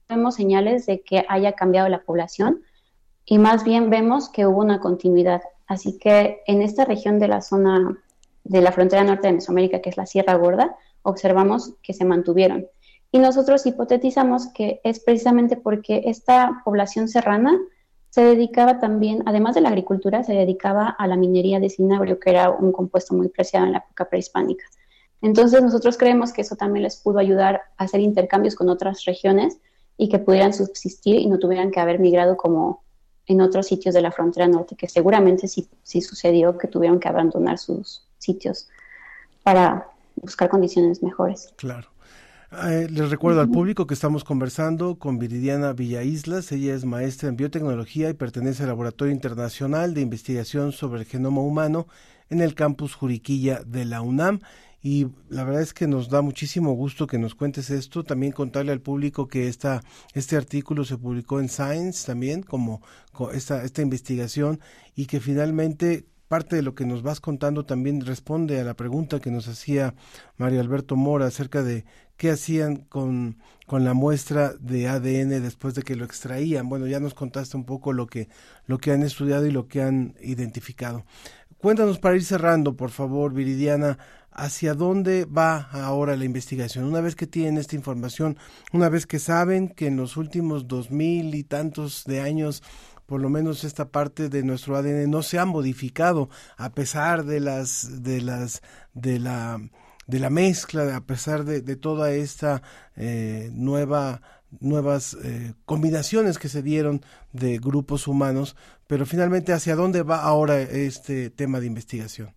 vemos señales de que haya cambiado la población y más bien vemos que hubo una continuidad. Así que en esta región de la zona de la frontera norte de Mesoamérica, que es la Sierra Gorda, observamos que se mantuvieron. Y nosotros hipotetizamos que es precisamente porque esta población serrana se dedicaba también, además de la agricultura, se dedicaba a la minería de cinabrio, que era un compuesto muy preciado en la época prehispánica. Entonces nosotros creemos que eso también les pudo ayudar a hacer intercambios con otras regiones y que pudieran subsistir y no tuvieran que haber migrado como en otros sitios de la frontera norte, que seguramente sí, sí sucedió que tuvieron que abandonar sus sitios para buscar condiciones mejores. Claro. Eh, les recuerdo al público que estamos conversando con Viridiana Villaislas. Ella es maestra en biotecnología y pertenece al Laboratorio Internacional de Investigación sobre el Genoma Humano en el campus Juriquilla de la UNAM. Y la verdad es que nos da muchísimo gusto que nos cuentes esto. También contarle al público que esta, este artículo se publicó en Science también, como, como esta, esta investigación, y que finalmente parte de lo que nos vas contando también responde a la pregunta que nos hacía Mario Alberto Mora acerca de qué hacían con, con la muestra de A D N después de que lo extraían. Bueno, ya nos contaste un poco lo que, lo que han estudiado y lo que han identificado. Cuéntanos para ir cerrando, por favor, Viridiana, ¿hacia dónde va ahora la investigación? Una vez que tienen esta información, una vez que saben que en los últimos dos mil y tantos de años, por lo menos esta parte de nuestro A D N no se ha modificado a pesar de las de las de la de la mezcla, a pesar de, de toda esta eh, nueva nuevas eh, combinaciones que se dieron de grupos humanos, pero finalmente ¿hacia dónde va ahora este tema de investigación?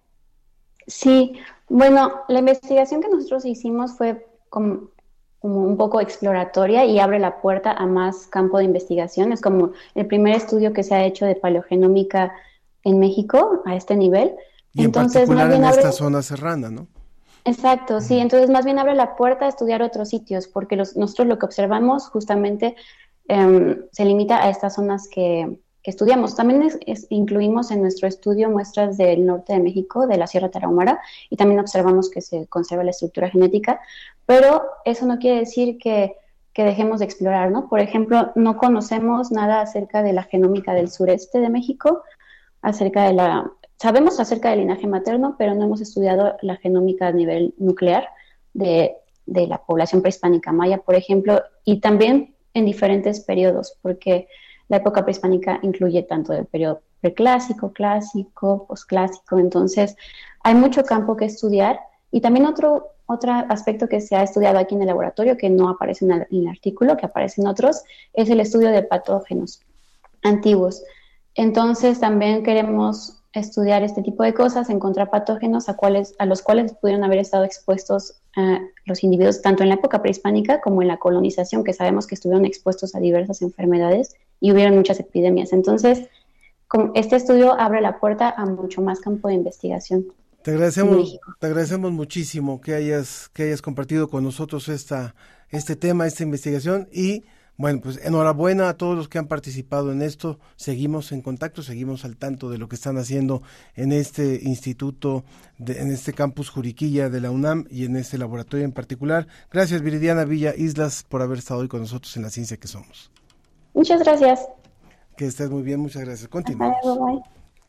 Sí, bueno, la investigación que nosotros hicimos fue como, como un poco exploratoria y abre la puerta a más campo de investigación. Es como el primer estudio que se ha hecho de paleogenómica en México a este nivel. Y entonces, en particular más bien en abre... esta zona serrana, ¿no? Exacto, sí, entonces más bien abre la puerta a estudiar otros sitios, porque los, nosotros lo que observamos justamente eh, se limita a estas zonas que, que estudiamos. También es, es, incluimos en nuestro estudio muestras del norte de México, de la Sierra Tarahumara, y también observamos que se conserva la estructura genética, pero eso no quiere decir que, que dejemos de explorar, ¿no? Por ejemplo, no conocemos nada acerca de la genómica del sureste de México, acerca de la... Sabemos acerca del linaje materno, pero no hemos estudiado la genómica a nivel nuclear de, de la población prehispánica maya, por ejemplo, y también en diferentes periodos, porque la época prehispánica incluye tanto el periodo preclásico, clásico, posclásico, entonces hay mucho campo que estudiar. Y también otro, otro aspecto que se ha estudiado aquí en el laboratorio, que no aparece en el, en el artículo, que aparece en otros, es el estudio de patógenos antiguos. Entonces también queremos estudiar este tipo de cosas, encontrar patógenos a, cuales, a los cuales pudieron haber estado expuestos uh, los individuos tanto en la época prehispánica como en la colonización, que sabemos que estuvieron expuestos a diversas enfermedades y hubieron muchas epidemias. Entonces, con este estudio abre la puerta a mucho más campo de investigación. Te agradecemos, te agradecemos muchísimo que hayas, que hayas compartido con nosotros esta, este tema, esta investigación y bueno, pues enhorabuena a todos los que han participado en esto. Seguimos en contacto, seguimos al tanto de lo que están haciendo en este instituto, de, en este campus Juriquilla de la UNAM y en este laboratorio en particular. Gracias, Viridiana Villaislas, por haber estado hoy con nosotros en La Ciencia que Somos. Muchas gracias. Que estés muy bien, muchas gracias. Continuamos. Bye,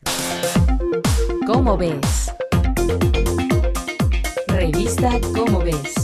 bye. ¿Cómo ves? Revista ¿Cómo ves?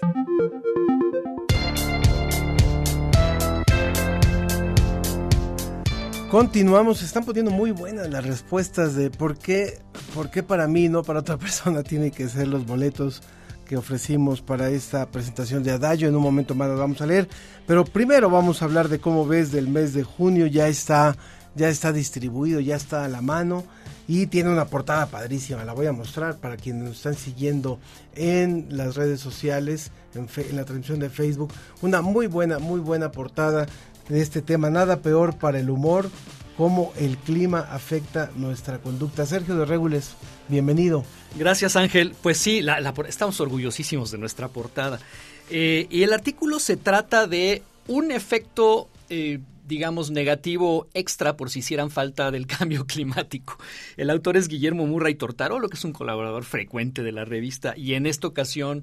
Continuamos, se están poniendo muy buenas las respuestas de por qué, por qué para mí, no para otra persona, tienen que ser los boletos que ofrecimos para esta presentación de Adagio. En un momento más las vamos a leer, pero primero vamos a hablar de cómo ves del mes de junio. Ya está, ya está distribuido, ya está a la mano y tiene una portada padrísima. La voy a mostrar para quienes nos están siguiendo en las redes sociales, en, fe, en la transmisión de Facebook. Una muy buena, muy buena portada de este tema, nada peor para el humor, cómo el clima afecta nuestra conducta. Sergio de Régules, bienvenido. Gracias, Ángel. Pues sí, la, la, estamos orgullosísimos de nuestra portada. Eh, y el artículo se trata de un efecto, eh, digamos, negativo extra por si hicieran falta del cambio climático. El autor es Guillermo Murray Tortarolo, que es un colaborador frecuente de la revista, y en esta ocasión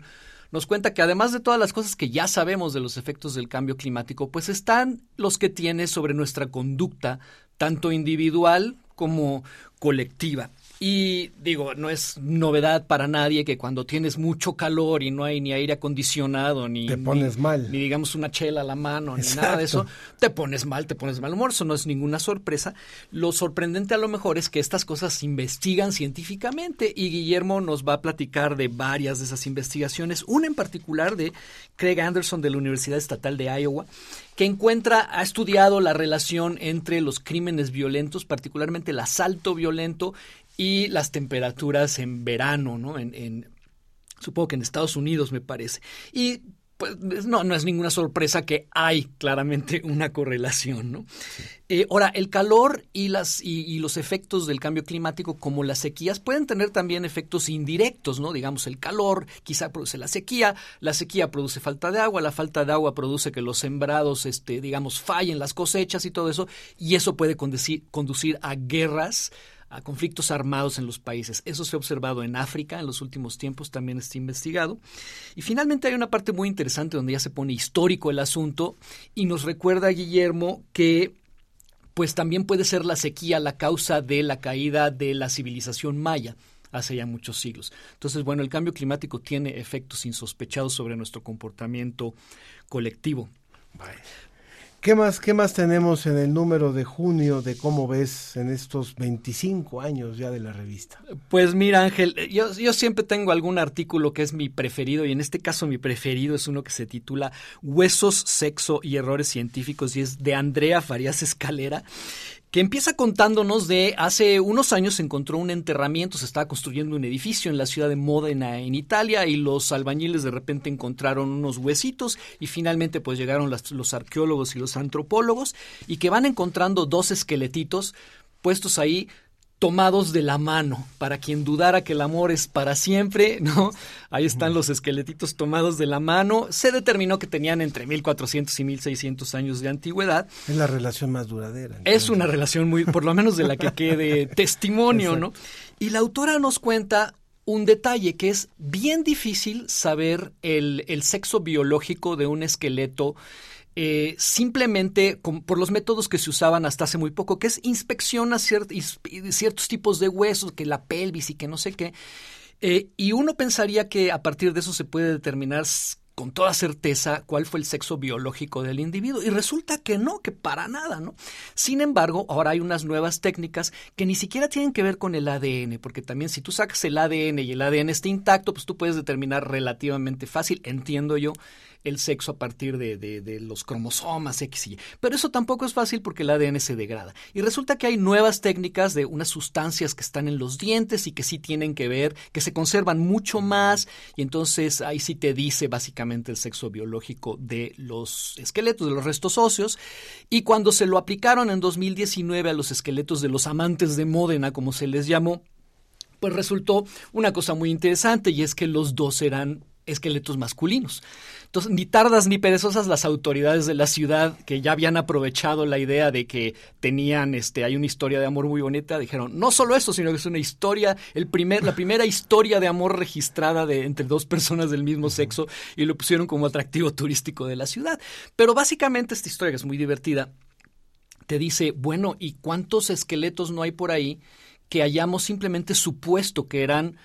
nos cuenta que además de todas las cosas que ya sabemos de los efectos del cambio climático, pues están los que tiene sobre nuestra conducta, tanto individual como colectiva. Y digo, no es novedad para nadie que cuando tienes mucho calor y no hay ni aire acondicionado, ni te pones ni, mal, ni digamos una chela a la mano, Exacto. ni nada de eso, te pones mal, te pones mal humor, eso no es ninguna sorpresa. Lo sorprendente a lo mejor es que estas cosas se investigan científicamente y Guillermo nos va a platicar de varias de esas investigaciones, una en particular de Craig Anderson de la Universidad Estatal de Iowa, que encuentra, ha estudiado la relación entre los crímenes violentos, particularmente el asalto violento y las temperaturas en verano, ¿no? En, en supongo que en Estados Unidos me parece. Y pues no, no es ninguna sorpresa que hay claramente una correlación, ¿no? Sí. Eh, ahora, el calor y, las, y, y los efectos del cambio climático, como las sequías, pueden tener también efectos indirectos, ¿no? Digamos, el calor quizá produce la sequía, la sequía produce falta de agua, la falta de agua produce que los sembrados, este, digamos, fallen las cosechas y todo eso, y eso puede conducir, conducir a guerras, a conflictos armados en los países. Eso se ha observado en África en los últimos tiempos, también está investigado. Y finalmente hay una parte muy interesante donde ya se pone histórico el asunto y nos recuerda, Guillermo, que pues también puede ser la sequía la causa de la caída de la civilización maya hace ya muchos siglos. Entonces, bueno, el cambio climático tiene efectos insospechados sobre nuestro comportamiento colectivo. Bye. ¿Qué más, ¿Qué más tenemos en el número de junio de Cómo Ves en estos veinticinco años ya de la revista? Pues mira, Ángel, yo, yo siempre tengo algún artículo que es mi preferido y en este caso mi preferido es uno que se titula Huesos, Sexo y Errores Científicos y es de Andrea Farías Escalera, que empieza contándonos de hace unos años se encontró un enterramiento, se estaba construyendo un edificio en la ciudad de Módena en Italia y los albañiles de repente encontraron unos huesitos y finalmente pues llegaron las, los arqueólogos y los antropólogos y que van encontrando dos esqueletitos puestos ahí tomados de la mano, para quien dudara que el amor es para siempre, ¿no? Ahí están los esqueletitos tomados de la mano. Se determinó que tenían entre mil cuatrocientos y mil seiscientos años de antigüedad. Es la relación más duradera. Entonces. Es una relación muy, por lo menos de la que quede testimonio, ¿no? Y la autora nos cuenta un detalle que es bien difícil saber el, el sexo biológico de un esqueleto Eh, simplemente con, por los métodos que se usaban hasta hace muy poco, que es inspección a ciert, ciertos tipos de huesos, que la pelvis y que no sé qué. Eh, y uno pensaría que a partir de eso se puede determinar con toda certeza cuál fue el sexo biológico del individuo. Y resulta que no, que para nada, ¿no? Sin embargo, ahora hay unas nuevas técnicas que ni siquiera tienen que ver con el A D N, porque también si tú sacas el A D N y el A D N está intacto, pues tú puedes determinar relativamente fácil, entiendo yo, el sexo a partir de, de, de los cromosomas X y Y. Pero eso tampoco es fácil porque el A D N se degrada. Y resulta que hay nuevas técnicas de unas sustancias que están en los dientes y que sí tienen que ver, que se conservan mucho más, y entonces ahí sí te dice básicamente el sexo biológico de los esqueletos, de los restos óseos. Y cuando se lo aplicaron en dos mil diecinueve a los esqueletos de los amantes de Módena, como se les llamó, pues resultó una cosa muy interesante, y es que los dos eran esqueletos masculinos. Entonces, ni tardas ni perezosas las autoridades de la ciudad, que ya habían aprovechado la idea de que tenían, este, hay una historia de amor muy bonita, dijeron, no solo eso, sino que es una historia, el primer, la primera historia de amor registrada de, entre dos personas del mismo sexo, y lo pusieron como atractivo turístico de la ciudad. Pero básicamente esta historia, que es muy divertida, te dice, bueno, ¿y cuántos esqueletos no hay por ahí que hayamos simplemente supuesto que eran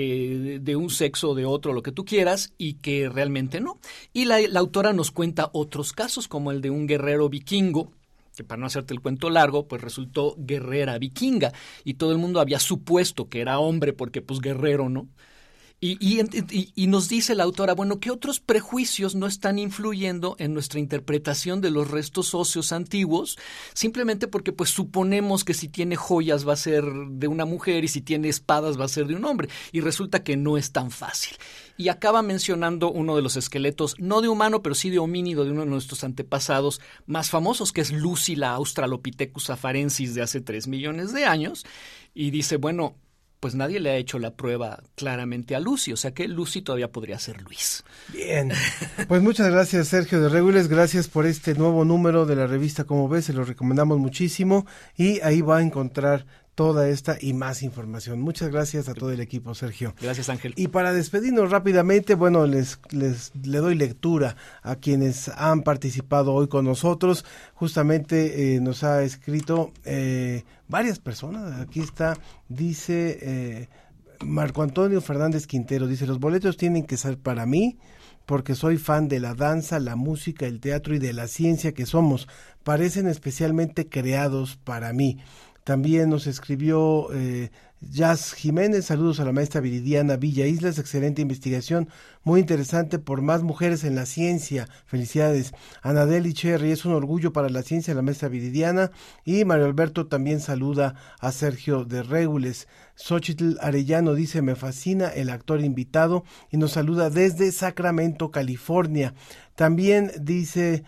Eh, de un sexo o de otro, lo que tú quieras, y que realmente no? Y la, la autora nos cuenta otros casos, como el de un guerrero vikingo, que para no hacerte el cuento largo, pues resultó guerrera vikinga, y todo el mundo había supuesto que era hombre porque pues guerrero, ¿no? Y, y, y, y nos dice la autora, bueno, ¿qué otros prejuicios no están influyendo en nuestra interpretación de los restos óseos antiguos? Simplemente porque pues suponemos que si tiene joyas va a ser de una mujer y si tiene espadas va a ser de un hombre. Y resulta que no es tan fácil. Y acaba mencionando uno de los esqueletos, no de humano, pero sí de homínido, de uno de nuestros antepasados más famosos, que es Lucy, la Australopithecus afarensis de hace tres millones de años. Y dice, bueno, pues nadie le ha hecho la prueba claramente a Lucy, o sea que Lucy todavía podría ser Luis. Bien, pues muchas gracias, Sergio de Regules, gracias por este nuevo número de la revista Cómo Ves, se lo recomendamos muchísimo y ahí va a encontrar toda esta y más información. Muchas gracias a todo el equipo, Sergio. Gracias, Ángel. Y para despedirnos rápidamente, bueno, les, les le doy lectura a quienes han participado hoy con nosotros. Justamente eh, nos ha escrito eh, varias personas. Aquí está, dice eh, Marco Antonio Fernández Quintero, dice, los boletos tienen que ser para mí, porque soy fan de la danza, la música, el teatro y de la ciencia que somos. Parecen especialmente creados para mí. También nos escribió eh, Jazz Jiménez, saludos a la maestra Viridiana Villa Islas, excelente investigación, muy interesante por más mujeres en la ciencia, felicidades. Anadeli Cherry, es un orgullo para la ciencia la maestra Viridiana, y Mario Alberto también saluda a Sergio de Régules. Xochitl Arellano dice, me fascina el actor invitado, y nos saluda desde Sacramento, California. También dice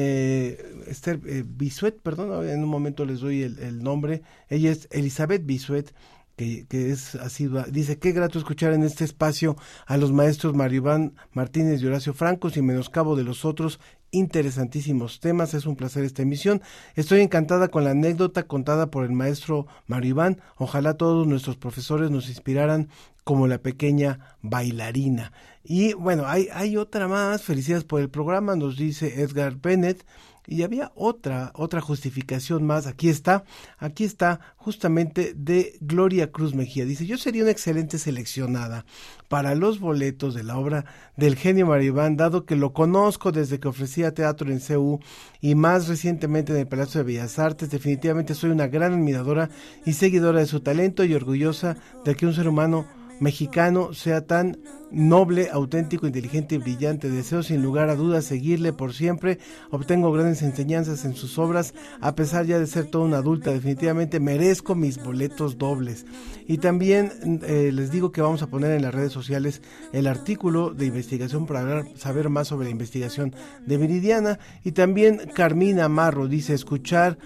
eh, Esther eh, Bisuet, perdón, en un momento les doy el, el nombre, ella es Elizabeth Bisuet, que, que es así, dice, qué grato escuchar en este espacio a los maestros Mario Iván Martínez y Horacio Franco, sin menoscabo de los otros interesantísimos temas, es un placer esta emisión, estoy encantada con la anécdota contada por el maestro Mario Iván, ojalá todos nuestros profesores nos inspiraran como la pequeña bailarina. Y bueno, hay, hay otra más, felicidades por el programa, nos dice Edgar Bennett, y había otra, otra justificación más, aquí está, aquí está justamente de Gloria Cruz Mejía, dice, yo sería una excelente seleccionada para los boletos de la obra del genio Mario Iván, dado que lo conozco desde que ofrecía teatro en C U y más recientemente en el Palacio de Bellas Artes, definitivamente soy una gran admiradora y seguidora de su talento y orgullosa de que un ser humano mexicano sea tan noble, auténtico, inteligente y brillante. Deseo sin lugar a dudas seguirle por siempre. Obtengo grandes enseñanzas en sus obras, a pesar ya de ser toda una adulta. Definitivamente merezco mis boletos dobles. Y también eh, les digo que vamos a poner en las redes sociales el artículo de investigación para hablar, saber más sobre la investigación de Viridiana. Y también Carmina Marro dice, escuchar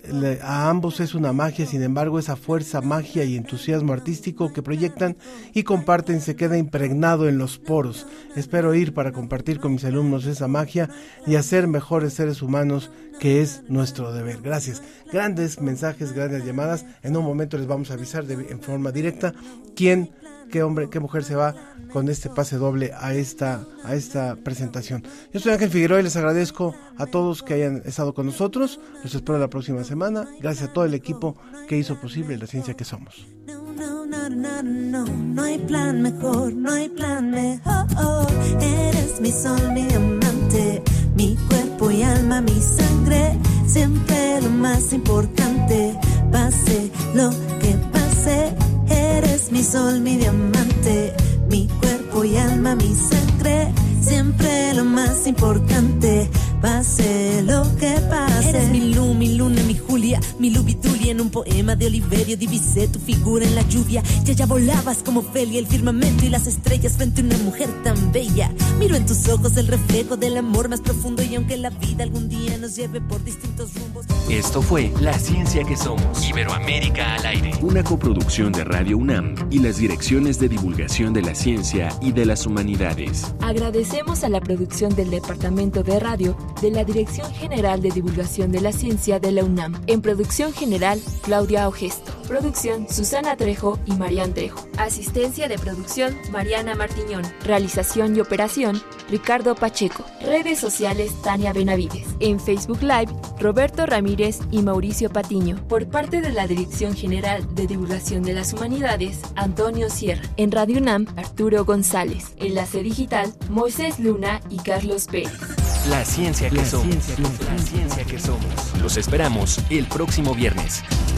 a ambos es una magia, sin embargo esa fuerza, magia y entusiasmo artístico que proyectan y comparten se queda impregnado en los poros. Espero ir para compartir con mis alumnos esa magia y hacer mejores seres humanos, que es nuestro deber. Gracias. Grandes mensajes, grandes llamadas. En un momento les vamos a avisar de, en forma directa quién, qué hombre, qué mujer se va con este pase doble a esta, a esta presentación. Yo soy Ángel Figueroa y les agradezco a todos que hayan estado con nosotros. Los espero la próxima semana. Gracias a todo el equipo que hizo posible la ciencia que somos. No, no, no, no, no hay plan mejor, no hay plan mejor. Eres mi sol, mi amante, mi cuerpo y alma, mi sangre. Siempre lo más importante, pase lo que pase. Eres mi sol, mi diamante, mi cuerpo y alma, mi sangre. Siempre lo más importante, pase lo que pase. Eres mi luz, mi luna, mi Julia, mi Lubitulia. En un poema de Oliverio divisé tu figura en la lluvia. Ya ya volabas como Felia, el firmamento y las estrellas frente a una mujer tan bella. Miro en tus ojos el reflejo del amor más profundo, y aunque la vida algún día nos lleve por distintos rumbos. Esto fue La Ciencia que Somos, Iberoamérica al aire, una coproducción de Radio UNAM y las direcciones de divulgación de la ciencia y de las humanidades. Agradecemos a la producción del Departamento de Radio de la Dirección General de Divulgación de la Ciencia de la UNAM. En producción general, Claudia Ogesto. Producción, Susana Trejo y Marián Trejo. Asistencia de producción, Mariana Martiñón. Realización y operación, Ricardo Pacheco. Redes sociales, Tania Benavides. En Facebook Live, Roberto Ramírez y Mauricio Patiño. Por parte de la Dirección General de Divulgación de las Humanidades, Antonio Sierra. En Radio UNAM, Arturo González. Enlace digital, Moisés Luna y Carlos Pérez. La ciencia que somos. La ciencia que somos. Los esperamos el próximo viernes.